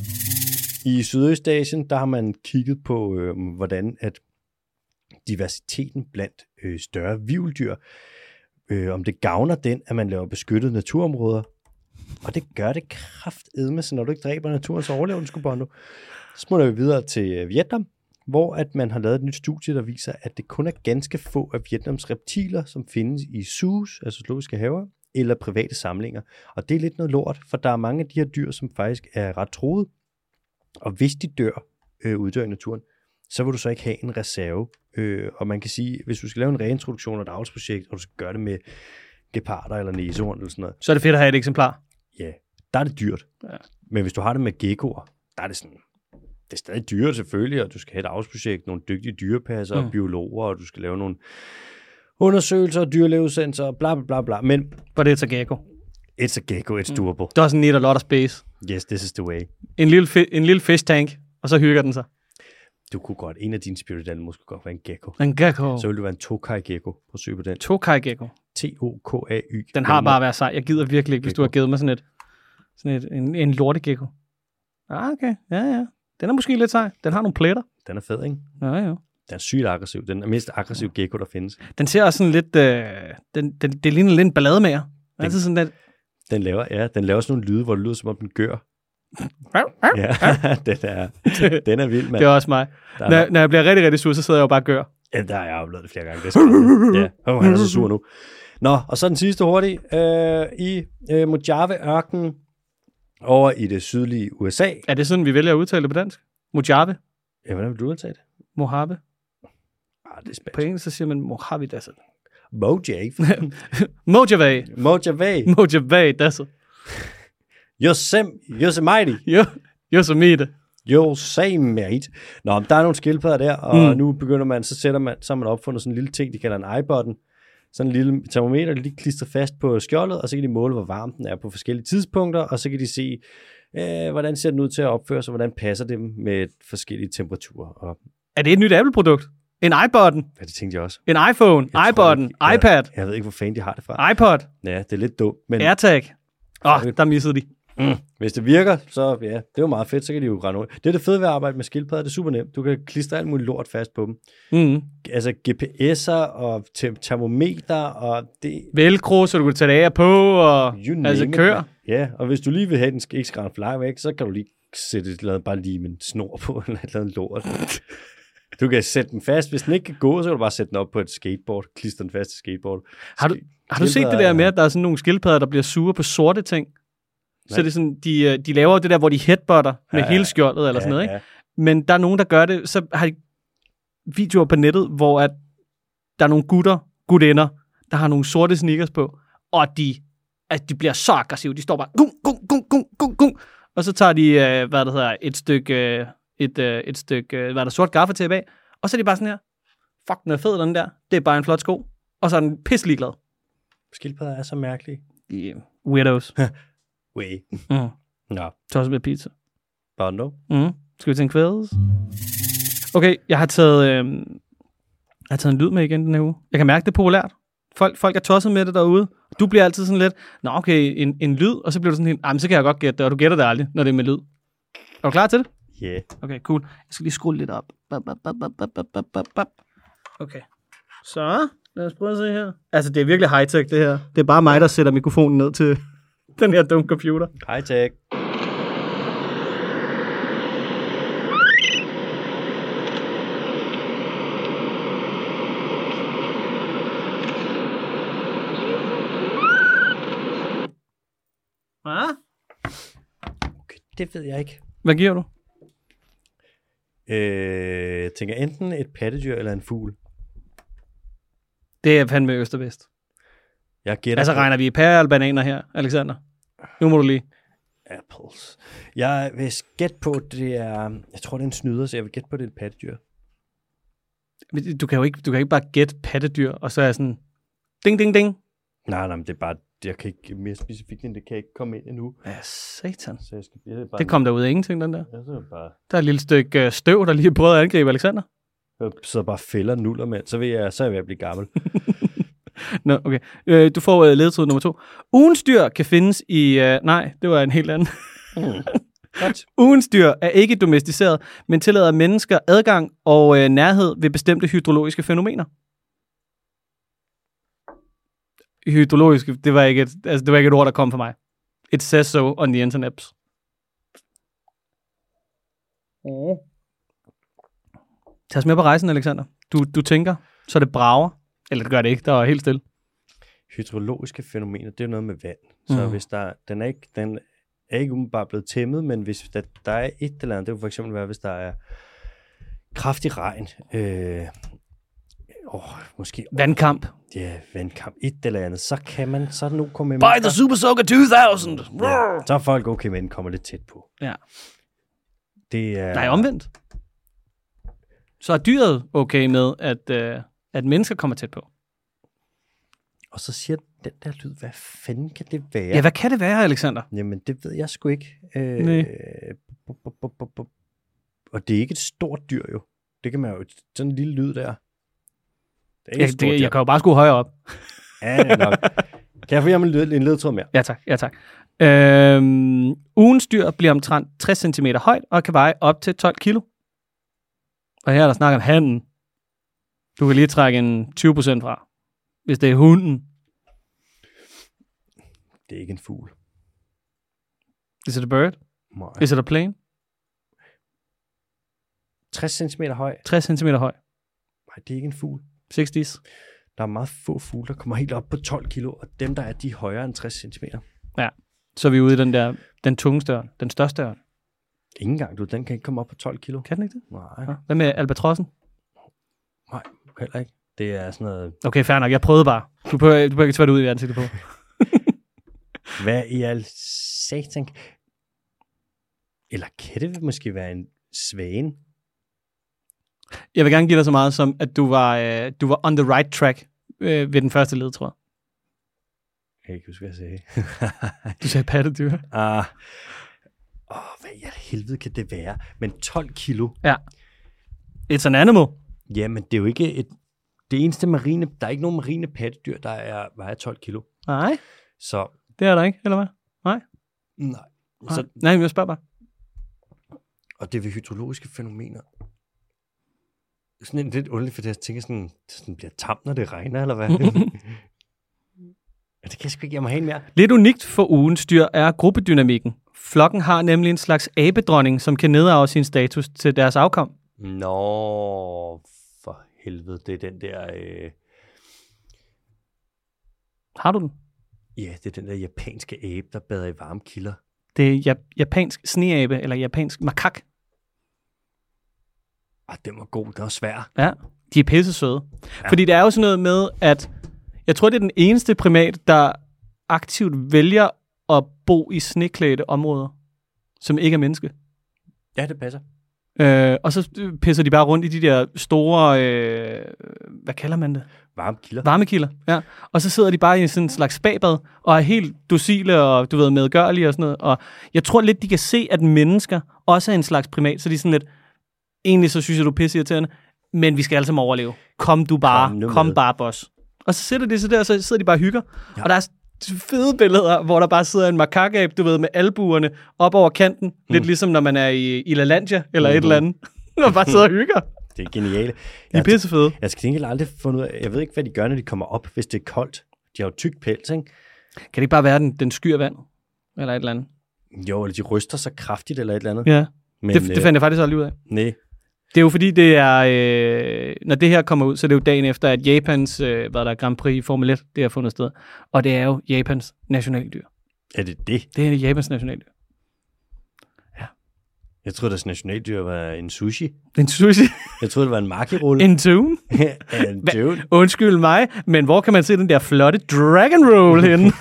I Sydøstasien, der har man kigget på, øh, hvordan at diversiteten blandt øh, større hvirveldyr, øh, om det gavner den, at man laver beskyttede naturområder. Og det gør det kraftedme, så når du ikke dræber naturen, så overlever den sgu Bono. Så smutter vi videre til Vietnam, hvor at man har lavet et nyt studie, der viser, at det kun er ganske få af Vietnams reptiler, som findes i zoos, altså zoologiske haver, eller private samlinger. Og det er lidt noget lort, for der er mange af de her dyr, som faktisk er ret truede. Og hvis de dør, øh, uddør i naturen, så vil du så ikke have en reserve. Øh, og man kan sige, hvis du skal lave en reintroduktion og et avlsprojekt, og du skal gøre det med geparder eller næsehorn eller sådan noget, Så er det fedt at have et eksemplar. ja, der er det dyrt. Ja. Men hvis du har det med geckoer, der er det sådan, det er stadig dyrt selvfølgelig, og du skal have et avlsprojekt, nogle dygtige dyrepasser mm. og biologer, og du skal lave nogle undersøgelser og dyrlægeudsendelser og bla bla bla bla. Men For det er et gecko. it's a gecko, it's Mm. doable. Det er sådan need a lot of space. Yes, this is the way. En lille, fi- en lille fish tank, og så hygger den sig. Du kunne godt, en af dine spirit animals kunne godt være en gecko. En gecko. Så ville det være en tokai gecko. Prøv at søge på den. Tokai gecko. T O K A Y. Den har bare været sej. Jeg gider virkelig ikke, hvis du har givet mig sådan et, sådan et en, en lortegecko. Ah, okay. Ja, ja. Den er måske lidt sej. Den har nogle pletter. Den er fed, ikke? Ja, ja. Den er sygt aggressiv. Den er mest aggressiv gecko, der findes. Den ser også sådan lidt... Øh, den, den, det ligner lidt en ballademager. Den, altid sådan lidt... Den laver, ja, den laver sådan nogle lyde, hvor det lyder som om den gør. Ja, den er, den er vild, mand. Det er også mig. Der Når, er, når jeg bliver rigtig, rigtig sur, så sidder jeg jo bare og gør. ja, der har jeg oplevet det flere gange. Det er skræmmende. Ja, oh, han er så sur nu. Nå, og så den sidste hurtigt. Øh, I øh, Mojave-ørkenen over i det sydlige U S A. Er det sådan, vi vælger at udtale det på dansk? Mojave? Ja, hvordan vil du udtale det? Mojave? Ah, det er På spansk. engelsk, så siger man Mojave Desert. Mojave. Mojave. Mojave. Mojave Desert. Yosem, Yosemite. Jo, Yosemite. Yosemite. Nå, men der er nogle skildpadder der, og Mm. nu begynder man, så sætter man, så har man opfundet sådan en lille ting, de kalder en iButton. Sådan en lille termometer, de klistrer fast på skjoldet, og så kan de måle, hvor varm den er på forskellige tidspunkter, og så kan de se, øh, hvordan ser den ud til at opføre sig, hvordan passer det med forskellige temperaturer. Og Er det et nyt Apple-produkt? En iPod'en? ja, det tænkte jeg også. En iPhone? Jeg tror iPod'en? ikke- jeg- iPad? Jeg ved ikke, hvor fanden de har det fra. iPod? Ja, det er lidt dumt, men AirTag? Åh, oh, der missede de. Mm. Hvis det virker, så ja, det er jo meget fedt, så kan de jo rende ud. Det er det fede ved at arbejde med skildpadder, det er super nemt. Du kan klistre alt muligt lort fast på dem. Mm. Altså G P S'er og te- termometer og det... Velcro, så du kan tage det af på, og altså kør. Ja, og hvis du lige vil have den ikke skræn fly væk, så kan du lige sætte et, bare lige med en snor på, eller et eller andet lort. Du kan sætte den fast. Hvis den ikke kan gå, så kan du bare sætte den op på et skateboard. Klister den fast til skateboard. Har du, har du set det der med, at der er sådan nogle skildpadder, der bliver sure på sorte ting? Nej. Så det er sådan, de, de laver det der, hvor de headbutter med ja, hele skjoldet eller ja, sådan noget, ikke? Ja. Men der er nogen, der gør det, så har de videoer på nettet, hvor at der er nogle gutter, gutinder, der har nogle sorte sneakers på, og de, altså, de bliver så aggressive. De står bare, gung, gung, gung, gung, gung, gung. Og så tager de, øh, hvad der hedder, et stykke, et, øh, et stykke, øh, hvad der sort gaffatape af, og så er de bare sådan her, fuck, den er fed, den der. Det er bare en flot sko. Og så er den pisselig glad. Skildpadder er så mærkelige. Yeah. Weirdos. Way. Mm. Nå. Tosset med pizza. Bondo. Mm. Skal vi til en kvædes? Okay, jeg har taget, øh, jeg har taget en lyd med igen den her uge. Jeg kan mærke, det er populært. Folk, folk er tosset med det derude. Du bliver altid sådan lidt, nå okay, en, en lyd, og så bliver du sådan helt, ah, men så kan jeg godt gætte det, og du gætter det aldrig, når det er med lyd. Er du klar til det? Ja. Yeah. Okay, cool. Jeg skal lige skrue lidt op. Okay. Så, lad os prøve at se her. Altså, det er virkelig high-tech, det her. Det er bare mig, der sætter mikrofonen ned til den her dumme computer. High-tech. Hvad? Okay, det ved jeg ikke. Hvad giver du? Øh, jeg tænker enten et pattedyr eller en fugl. Det er fandme øst og vest. Jeg gætter altså på... regner vi pære eller bananer her, Alexander? Nu må du lige. Apples. Jeg vil gætte på, det er... Jeg tror, det er en snyder, så jeg vil gætte på, det er et pattedyr. Du kan jo ikke, du kan ikke bare gætte pattedyr, og så er sådan... Ding, ding, ding. Nej, nej, men det er bare... Jeg kan ikke mere specifikt, end det kan ikke komme ind endnu. Ja, satan. Så jeg skal, jeg bare det kom der ud af ingenting, den der. Ja, så er bare... Der er et lille stykke støv, der lige prøvede at angribe Alexander. Jeg så bare fælder nuller, mand. Så, vil jeg, så er jeg ved at blive gammel. Nå, okay. Øh, du får uh, ledetråd nummer to. Ugens dyr kan findes i... Uh, nej, det var en helt anden. mm. Ugens dyr er ikke domesticeret, men tillader mennesker adgang og uh, nærhed ved bestemte hydrologiske fænomener. Hydrologiske, det var ikke et, altså, det var ikke et ord, der kom fra mig. It says so on the internet. Mm. Tag os med på rejsen, Alexander. Du, du tænker, så det brager. Eller det gør det ikke, der er helt stille. Hydrologiske fænomener, det er noget med vand. Så mm. hvis der, den er ikke, den er ikke umiddelbart blevet tæmmet, men hvis der, der er et eller andet, det kunne for eksempel være, hvis der er kraftig regn, øh, åh, måske... Vandkamp. Ja, vandkamp, et eller andet, så kan man, så er der nogen kommer med... By the Super Soaker to tusind! Ja, så er folk okay med, den kommer lidt tæt på. Ja. Det er... Nej, omvendt. Så er dyret okay med, at, øh, at mennesker kommer tæt på. Og så siger den der lyd, hvad fanden kan det være? Ja, hvad kan det være, Alexander? Jamen, det ved jeg sgu ikke. Øh, Nej. Og det er ikke et stort dyr, jo. Det kan man jo... Sådan en lille lyd der. Det er ikke ja, det, jeg kan jo bare skrue højere op. Ja, det er nok. Kan jeg få en, led, en ledtråd mere? Ja, tak. Ja, tak. Øhm, ugens dyr bliver omtrent tres centimeter højt og kan veje op til tolv kilo. Og her er der snak om handen. Du kan lige trække en tyve procent fra, hvis det er hunden. Det er ikke en fugl. Is it a bird? Nej. Is it a plane? tres centimeter høj. tres centimeter høj. Nej, det er ikke en fugl. halvtreds. Der er meget få fugle, der kommer helt op på tolv kilo, og dem, der er, de er højere end tres centimeter. Ja, så er vi ude i den der, den tunge størn, den største størn. Ingen gang, du. Den kan ikke komme op på tolv kilo. Kan den ikke det? Nej. Ja. Hvad med albatrossen? Nej, heller ikke. Det er sådan noget... Okay, fair nok. Jeg prøvede bare. Du behøver, du behøver ikke svært ud i ansigtet på. Hvad i al satan? Eller kan det måske være en svane? Jeg vil gerne give dig så meget som, at du var, øh, du var on the right track øh, ved den første ledtråd. Jeg kan ikke huske, hvad jeg sagde. Du sagde pattedyr. Ah. Åh, hvad i helvede kan det være? Men tolv kilo? Ja. It's an animal. Ja, men det er jo ikke et... Det eneste marine... Der er ikke nogen marine pattedyr, der er, vejer tolv kilo. Nej. Så... Det er der ikke, eller hvad? Nej? Nej. Så, Nej, men jeg spørger bare. Og det er ved hydrologiske fænomener. Sådan en lidt underligt, fordi jeg tænker sådan, sådan bliver tamt, når det regner, eller hvad? Ja, det kan jeg sgu ikke, jeg må have en mere. Lidt unikt for ugens dyr er gruppedynamikken. Flokken har nemlig en slags abedronning, som kan nedarve sin status til deres afkom. Nå, for helvede, det er den der... Øh... Har du den? Ja, det er den der japanske abe, der bader i varme kilder. Det er ja- japansk sneabe, eller japansk makak. Ah, den var god, den var svær. Ja, de er pisse søde. Ja. Fordi det er jo sådan noget med, at jeg tror, det er den eneste primat, der aktivt vælger at bo i sneklædte områder, som ikke er menneske. Ja, det passer. Øh, og så pisser de bare rundt i de der store, øh, hvad kalder man det? Varme kilder. Varmekilder, ja. Og så sidder de bare i sådan en slags spabad, og er helt docile og, du ved, medgørlige og sådan noget. Og jeg tror lidt, de kan se, at mennesker også er en slags primat, så de er sådan lidt, egentlig så synes jeg, du er pisseirriterende, men vi skal alle sammen overleve. Kom du bare, kom, kom bare, boss. Og så sætter de sig der, og så sidder de bare og hygger. Ja. Og der er fede billeder, hvor der bare sidder en makakab, du ved, med albuerne op over kanten. Mm. Lidt ligesom, når man er i, i LaLandia, eller mm-hmm. et eller andet. Og bare sidder og hygger. Det er genialt. De er pissefede. Jeg skal ikke aldrig finde ud af, jeg ved ikke, hvad de gør, når de kommer op, hvis det er koldt. De har jo tyk pels, ikke? Kan det ikke bare være, den, den skyr vand? Eller et eller andet? Jo, eller de ryster så kraftigt, eller et eller andet. Ja, men, det, det fandt jeg faktisk aldrig ud af. Nej. Det er jo fordi, det er, øh, når det her kommer ud, så er det jo dagen efter, at Japans, øh, hvad der er Grand Prix i Formel et, det har fundet sted. Og det er jo Japans nationaldyr. Er det det? Det er Japans nationaldyr. Ja. Jeg troede, deres nationaldyr var en sushi. En sushi? Jeg troede, det var en makirulle. En tune? En tune? Undskyld mig, men hvor kan man se den der flotte dragon roll henne?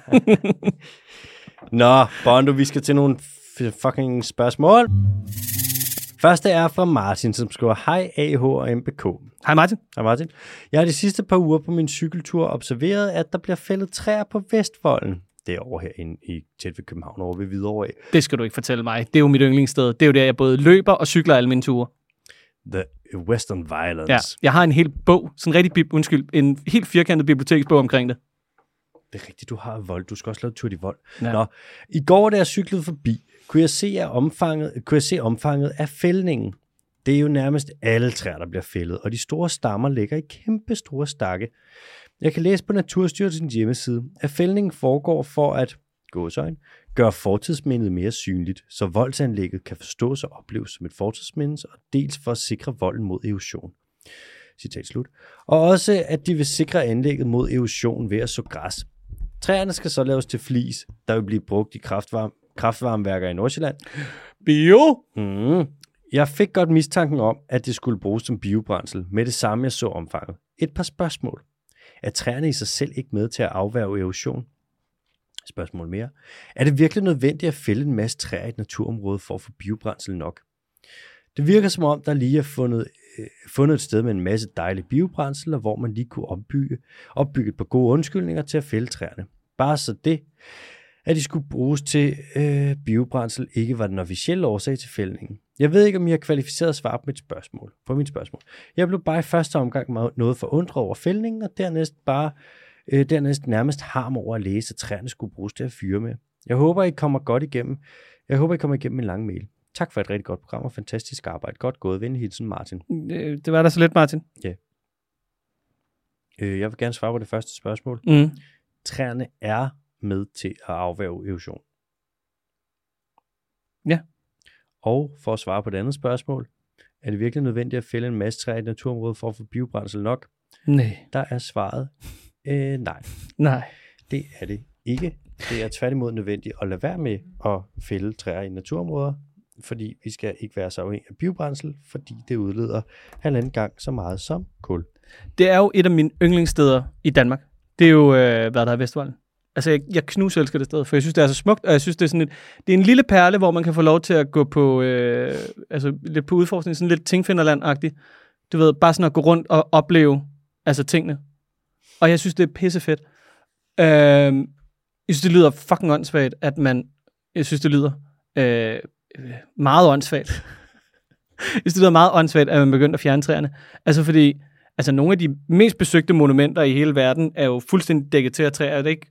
Nå, Bondo, vi skal til nogle fucking spørgsmål. Første er fra Martin, som skriver, hej A H og M B K. Hej Martin. Hej Martin. Jeg har de sidste par uger på min cykeltur observeret, at der bliver fældet træer på Vestvolden. Det er over herinde i tæt ved København, over ved Hvidovre. Det skal du ikke fortælle mig. Det er jo mit yndlingssted. Det er jo der, jeg både løber og cykler alle mine ture. The Western Violence. Ja, jeg har en hel bog, sådan en rigtig, bib- undskyld, en helt firkantet biblioteksbog omkring det. Det er rigtigt, du har vold. Du skal også lave tur i vold. Ja. Nå, i går, da jeg cyklede forbi, kunne jeg se af omfanget, kunne jeg se omfanget af fældningen. Det er jo nærmest alle træer, der bliver fældet, og de store stammer ligger i kæmpe store stakke. Jeg kan læse på Naturstyrelsens hjemmeside, at fældningen foregår for at gåseøjne, gøre fortidsmindet mere synligt, så voldsanlægget kan forstås og opleves som et fortidsminde, og dels for at sikre volden mod erosion. Citat slut. Og også, at de vil sikre anlægget mod erosion ved at så græs. Træerne skal så laves til flis, der vil blive brugt i kraftvarme, kraftvarmeværker i Nordsjælland. Bio? Mm. Jeg fik godt mistanken om, at det skulle bruges som biobrændsel, med det samme jeg så omfanget. Et par spørgsmål. Er træerne i sig selv ikke med til at afværge erosion? Spørgsmål mere. Er det virkelig nødvendigt at fælde en masse træer i et naturområde for at få biobrændsel nok? Det virker som om, der lige er fundet, øh, fundet et sted med en masse dejlige biobrændsler, hvor man lige kunne opbygge, opbygge et par gode undskyldninger til at fælde træerne. Bare så det, at de skulle bruges til øh, biobrændsel, ikke var den officielle årsag til fældningen. Jeg ved ikke, om I har kvalificeret svar på mit spørgsmål. På mit spørgsmål. Jeg blev bare i første omgang noget forundret over fældningen, og dernæst bare øh, dernæst nærmest harm over at læse, at træerne skulle bruges til at fyre med. Jeg håber, I kommer godt igennem. Jeg håber, I kommer igennem en lang mail. Tak for et rigtig godt program og fantastisk arbejde. Godt gået. Venlig hilsen, Martin. Det, det var da så lidt, Martin. Ja. Øh, jeg vil gerne svare på det første spørgsmål. Mm. Træerne er med til at afværge erosion. Ja. Og for at svare på det andet spørgsmål, er det virkelig nødvendigt at fælde en masse træer i et naturområde for at få biobrændsel nok? Nej. Der er svaret øh, nej. Nej. Det er det ikke. Det er tværtimod nødvendigt at lade være med at fælde træer i naturområder, fordi vi skal ikke være så afhængige af biobrændsel, fordi det udleder halvanden gang så meget som kul. Det er jo et af mine yndlingssteder i Danmark. Det er jo, øh, hvad der er Vestvolden. Altså, jeg, jeg knuselsker det sted, for jeg synes, det er så smukt, og jeg synes, det er sådan et, det er en lille perle, hvor man kan få lov til at gå på, øh, altså lidt på udforskning, sådan lidt Tingfinderland-agtigt. Du ved, bare sådan at gå rundt og opleve, altså tingene. Og jeg synes, det er pissefedt. Øh, jeg synes, det lyder fucking åndssvagt, at man, jeg synes, det lyder øh, meget åndssvagt. jeg synes, det lyder meget åndssvagt, at man begyndte at fjerne træerne. Altså, fordi, altså nogle af de mest besøgte monumenter i hele verden er jo fuldstændig dækket til af træer, er det ikke?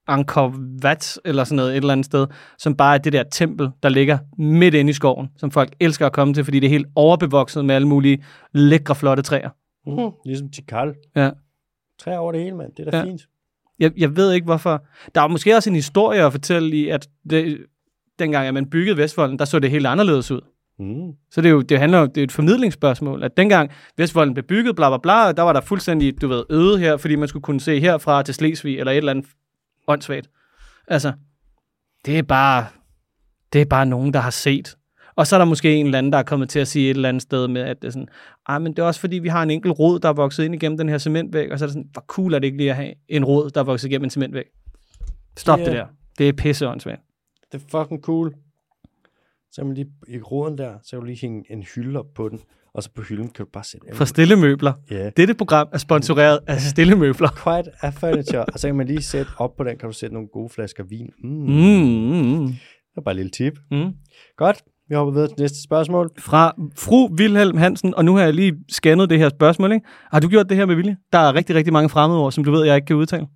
Angkor Wat, eller sådan noget, et eller andet sted, som bare er det der tempel, der ligger midt inde i skoven, som folk elsker at komme til, fordi det er helt overbevokset med alle mulige lækre, flotte træer. Mm, ligesom Tikal. Ja. Træer over det hele, mand. Det er da ja. fint. Jeg, jeg ved ikke, hvorfor. Der er måske også en historie at fortælle i, at det, dengang, at man byggede Vestvolden, der så det helt anderledes ud. Mm. Så det, er jo, det handler jo, det er et formidlingsspørgsmål, at dengang Vestvolden blev bygget, bla bla bla, der var der fuldstændig, du ved, øde her, fordi man skulle kunne se herfra til Slesvig, eller et eller andet åndssvagt. Altså, det er bare, det er bare nogen, der har set. Og så er der måske en eller anden, der er kommet til at sige et eller andet sted med, at det er sådan, ah, men det er også fordi, vi har en enkelt rod, der er vokset ind igennem den her cementvæg, og så er det sådan, hvor cool er det ikke lige at have en rod, der er vokset igennem en cementvæg? Stop yeah. det der. Det er pisse åndssvagt. Det er fucking cool. Så kan man lige i roden der, så kan du lige hænge en hylde op på den, og så på hylden kan du bare sætte... For Stillemøbler. Yeah. Dette program er sponsoreret af Stillemøbler. Quite a furniture. Og så kan man lige sætte op på den, kan du sætte nogle gode flasker vin. Mm. Mm, mm. Det er bare et lille tip. Mm. Godt. Vi hopper videre til næste spørgsmål. Fra fru Wilhelm Hansen, og nu har jeg lige scannet det her spørgsmål, ikke? Har du gjort det her med vilje? Der er rigtig, rigtig mange fremmedord, som du ved, jeg ikke kan udtale.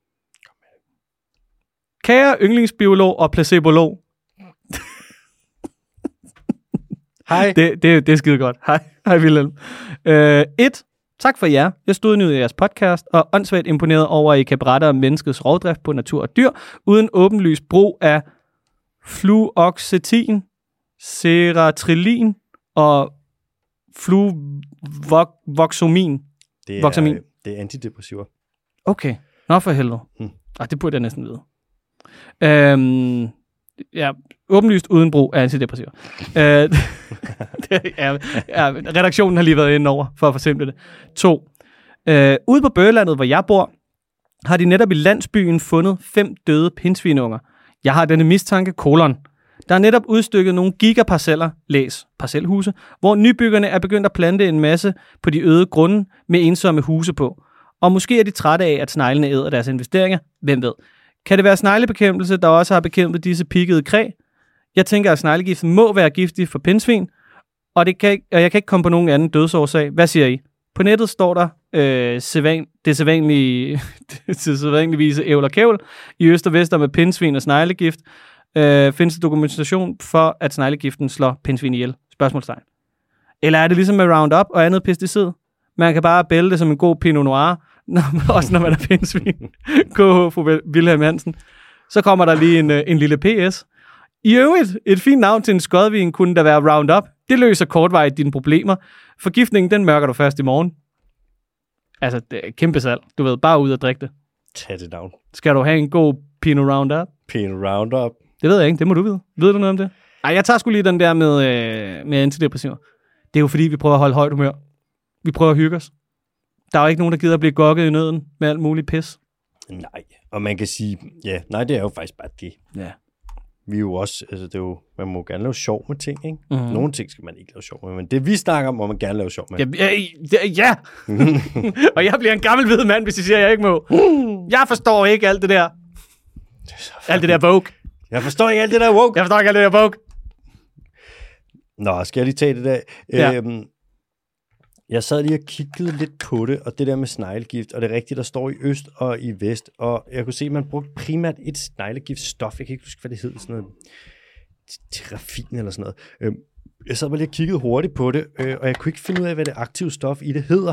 Kære yndlingsbiolog og placebolog. Hej. Det, det, det er skide godt. Hej, hej Wilhelm. Uh, et. Tak for jer. Jeg stod nu i jeres podcast og åndssvagt imponeret over, at I kan berette om menneskets rovdrift på natur og dyr, uden åbenlys brug af fluoxetin, sertraline og fluvoxamin. Det er, Voxamin. det er antidepressiver. Okay. Nå for helvede. Hmm. Ej, det burde jeg næsten vide. Øhm, ja, åbenlyst uden brug af antidepressiver. øh, det er, ja, redaktionen har lige været inde over, for at forsimple det. To. Øh, ude på Bøgelandet, hvor jeg bor, har de netop i landsbyen fundet fem døde pindsvinunger. Jeg har denne mistanke, kolon. Der er netop udstykket nogle gigaparceller, læs parcelhuse, hvor nybyggerne er begyndt at plante en masse på de øde grunde med ensomme huse på. Og måske er de trætte af, at sneglene æder deres investeringer. Hvem ved? Kan det være sneglebekæmpelse, der også har bekæmpet disse pikkede kræ? Jeg tænker, at sneglegiften må være giftig for pindsvin, og, det kan ikke, og jeg kan ikke komme på nogen anden dødsårsag. Hvad siger I? På nettet står der øh, sævan, det sædvanlige, det sædvanligvise ævl og kævl i øst og vester med pindsvin og sneglegift. Øh, findes der dokumentation for, at sneglegiften slår pindsvin ihjel? Spørgsmålstegn. Eller er det ligesom med Roundup og andet pesticid? Man kan bare bælte som en god Pinot Noir, når, også når man er pindsvin. K H, fru Wilhelm Hansen. Så kommer der lige en, en lille P S. I øvrigt, et fint navn til en skodvin kunne da være Roundup. Det løser kortvarigt dine problemer. Forgiftningen, den mørker du først i morgen. Altså, det er kæmpe salg. Du ved, bare ud og drikke det. Tag det down. Skal du have en god Pinot Roundup? Pinot Roundup. Det ved jeg ikke, det må du vide. Ved du noget om det? Ej, jeg tager sgu lige den der med, øh, med antidepressiver. Det er jo fordi, vi prøver at holde højt humør. Vi prøver at hygge os. Der er jo ikke nogen, der gider at blive gokket i nøden med alt muligt pis. Nej, og man kan sige, ja, nej, det er jo faktisk bare det. Ja. Vi er jo også, altså det er jo, man må gerne lave sjov med ting, ikke? Mm-hmm. Nogle ting skal man ikke lave sjov med, men det vi snakker om, må man gerne lave sjov med. Ja, ja, ja. Og jeg bliver en gammel hvid mand, hvis I siger, at jeg ikke må. Jeg forstår ikke alt det der. Det alt det der woke. Jeg forstår ikke alt det der woke. Jeg forstår ikke alt det der woke. Nå, skal jeg lige tage det der? Ja. Øhm, jeg sad lige og kiggede lidt på det, og det der med sneglegift, og det er rigtigt, der står i øst og i vest, og jeg kunne se, at man brugte primært et sneglegiftstof. Jeg kan ikke huske, hvad det hed, sådan noget terrafin eller sådan noget. Øhm, jeg sad bare lige og kiggede hurtigt på det, øh, og jeg kunne ikke finde ud af, hvad det aktive stof i det hedder.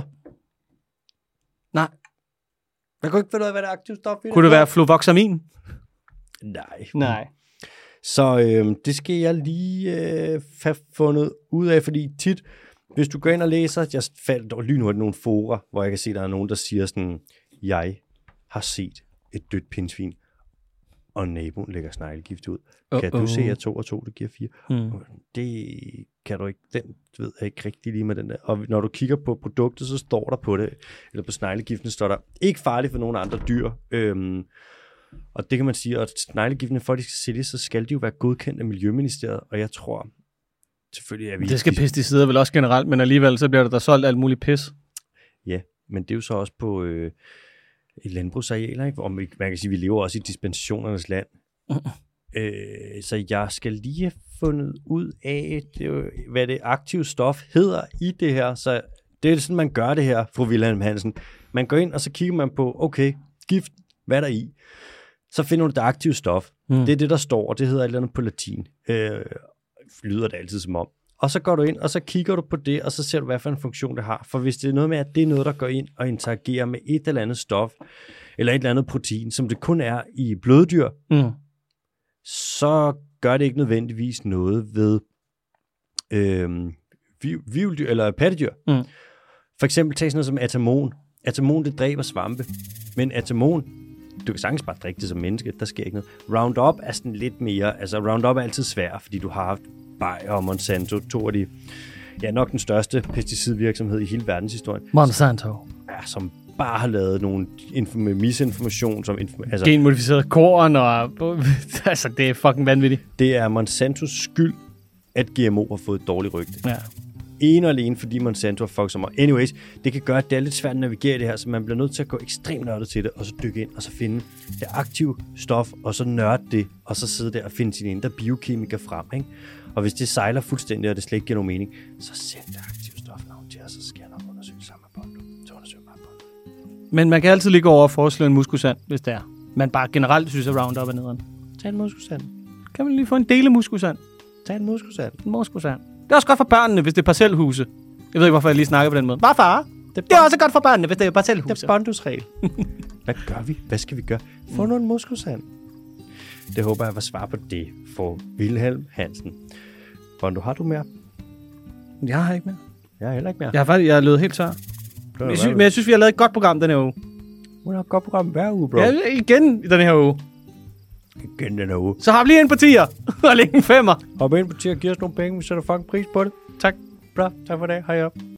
Nej. Jeg kunne ikke finde ud af, hvad det aktive stof i det Kunne det være fluvoxamin? Nej. Nej. Så øh, det skal jeg lige øh, have fundet ud af, fordi tit, hvis du går ind og læser, jeg faldt lynhurtigt nogle forer, hvor jeg kan se, at der er nogen, der siger sådan, jeg har set et dødt pindsvin, og naboen lægger sneglegift ud. Uh-oh. Kan du se, at to og to, det giver fire? Mm. Det kan du ikke, den ved jeg ikke rigtig lige med den der. Og når du kigger på produktet, så står der på det, eller på sneglegiften står der, ikke farligt for nogen andre dyr. Øhm, og det kan man sige, at sneglegiftene, for at de skal sælges, så skal de jo være godkendt af Miljøministeriet, og jeg tror, selvfølgelig er vi... Det skal pesticider vel også generelt, men alligevel så bliver der, der solgt alt muligt pis. Ja, men det er jo så også på øh, et landbrugsareal, ikke? Og man kan sige, at vi lever også i dispensationernes land. Uh-uh. Øh, så jeg skal lige have fundet ud af, det, hvad det aktive stof hedder i det her. Så det er sådan, man gør det her, fru Wilhelm Hansen. Man går ind, og så kigger man på, okay, gift, hvad er der i? Så finder du det aktive stof. Mm. Det er det, der står, og det hedder et eller andet på latin. Øh, lyder det altid som om. Og så går du ind, og så kigger du på det, og så ser du, hvad for en funktion det har. For hvis det er noget med, at det er noget, der går ind og interagerer med et eller andet stof, eller et eller andet protein, som det kun er i bløddyr, mm. så gør det ikke nødvendigvis noget ved øh, vivdyr eller pattedyr. Mm. For eksempel tag sådan noget som atamon. Atamon, det dræber svampe. Men atamon, du kan sagtens bare drikke det som menneske, der sker ikke noget. Roundup er sådan lidt mere, altså Roundup er altid svær, fordi du har haft Bayer og Monsanto, to af de, ja, nok den største pesticidvirksomhed i hele verdenshistorien. Monsanto. Ja, som bare har lavet nogle inf- misinformation, som inf- altså, genmodificeret korn, og altså, det er fucking vanvittigt. Det er Monsantos skyld, at G M O har fået et dårligt rygte. Ja. En og alene, fordi Monsanto har fucket så meget. Anyways, det kan gøre, at det er lidt svært at navigere i det her, så man bliver nødt til at gå ekstremt nørdet til det, og så dykke ind, og så finde det aktive stof, og så nørde det, og så sidde der og finde sine indre biokemiker frem, ikke? Og hvis det sejler fuldstændig, og det slet ikke giver nogen mening, så send det aktive stof navn til, og så skal jeg nok undersøge sammen med Bondo. Så undersøger bare Bondo. Men man kan altid lige gå over og foreslå en muskusand, hvis det er. Man bare generelt synes, at Roundup er nederen. Tag en muskusand. Kan man lige få en dele muskusand? Tag en muskusand. En muskusand. Det er også godt for børnene, hvis det er parcelhuse. Jeg ved ikke, hvorfor jeg lige snakker på den måde. Bare far. Det er, det er også godt for børnene, hvis det er parcelhuse. Det er Bondos regel. Hvad gør vi? Hvad skal vi gøre? Få nu en muskusand. Det håber jeg var svar på det for Wilhelm Hansen. Bondo, har du mere? Jeg har ikke mere. Jeg har heller ikke mere. Jeg har faktisk, jeg er løbet helt tør. Men jeg, synes, men jeg synes, vi har lavet et godt program den her uge. Vi har et godt program hver uge, bro. Ja, igen i den her uge. Igen den her uge. Så har vi lige en på tier og lægge en femmer. Hop ind på tier og giv os nogle penge, vi sætter fucking pris på det. Tak. Bra, tak for det. Hej op.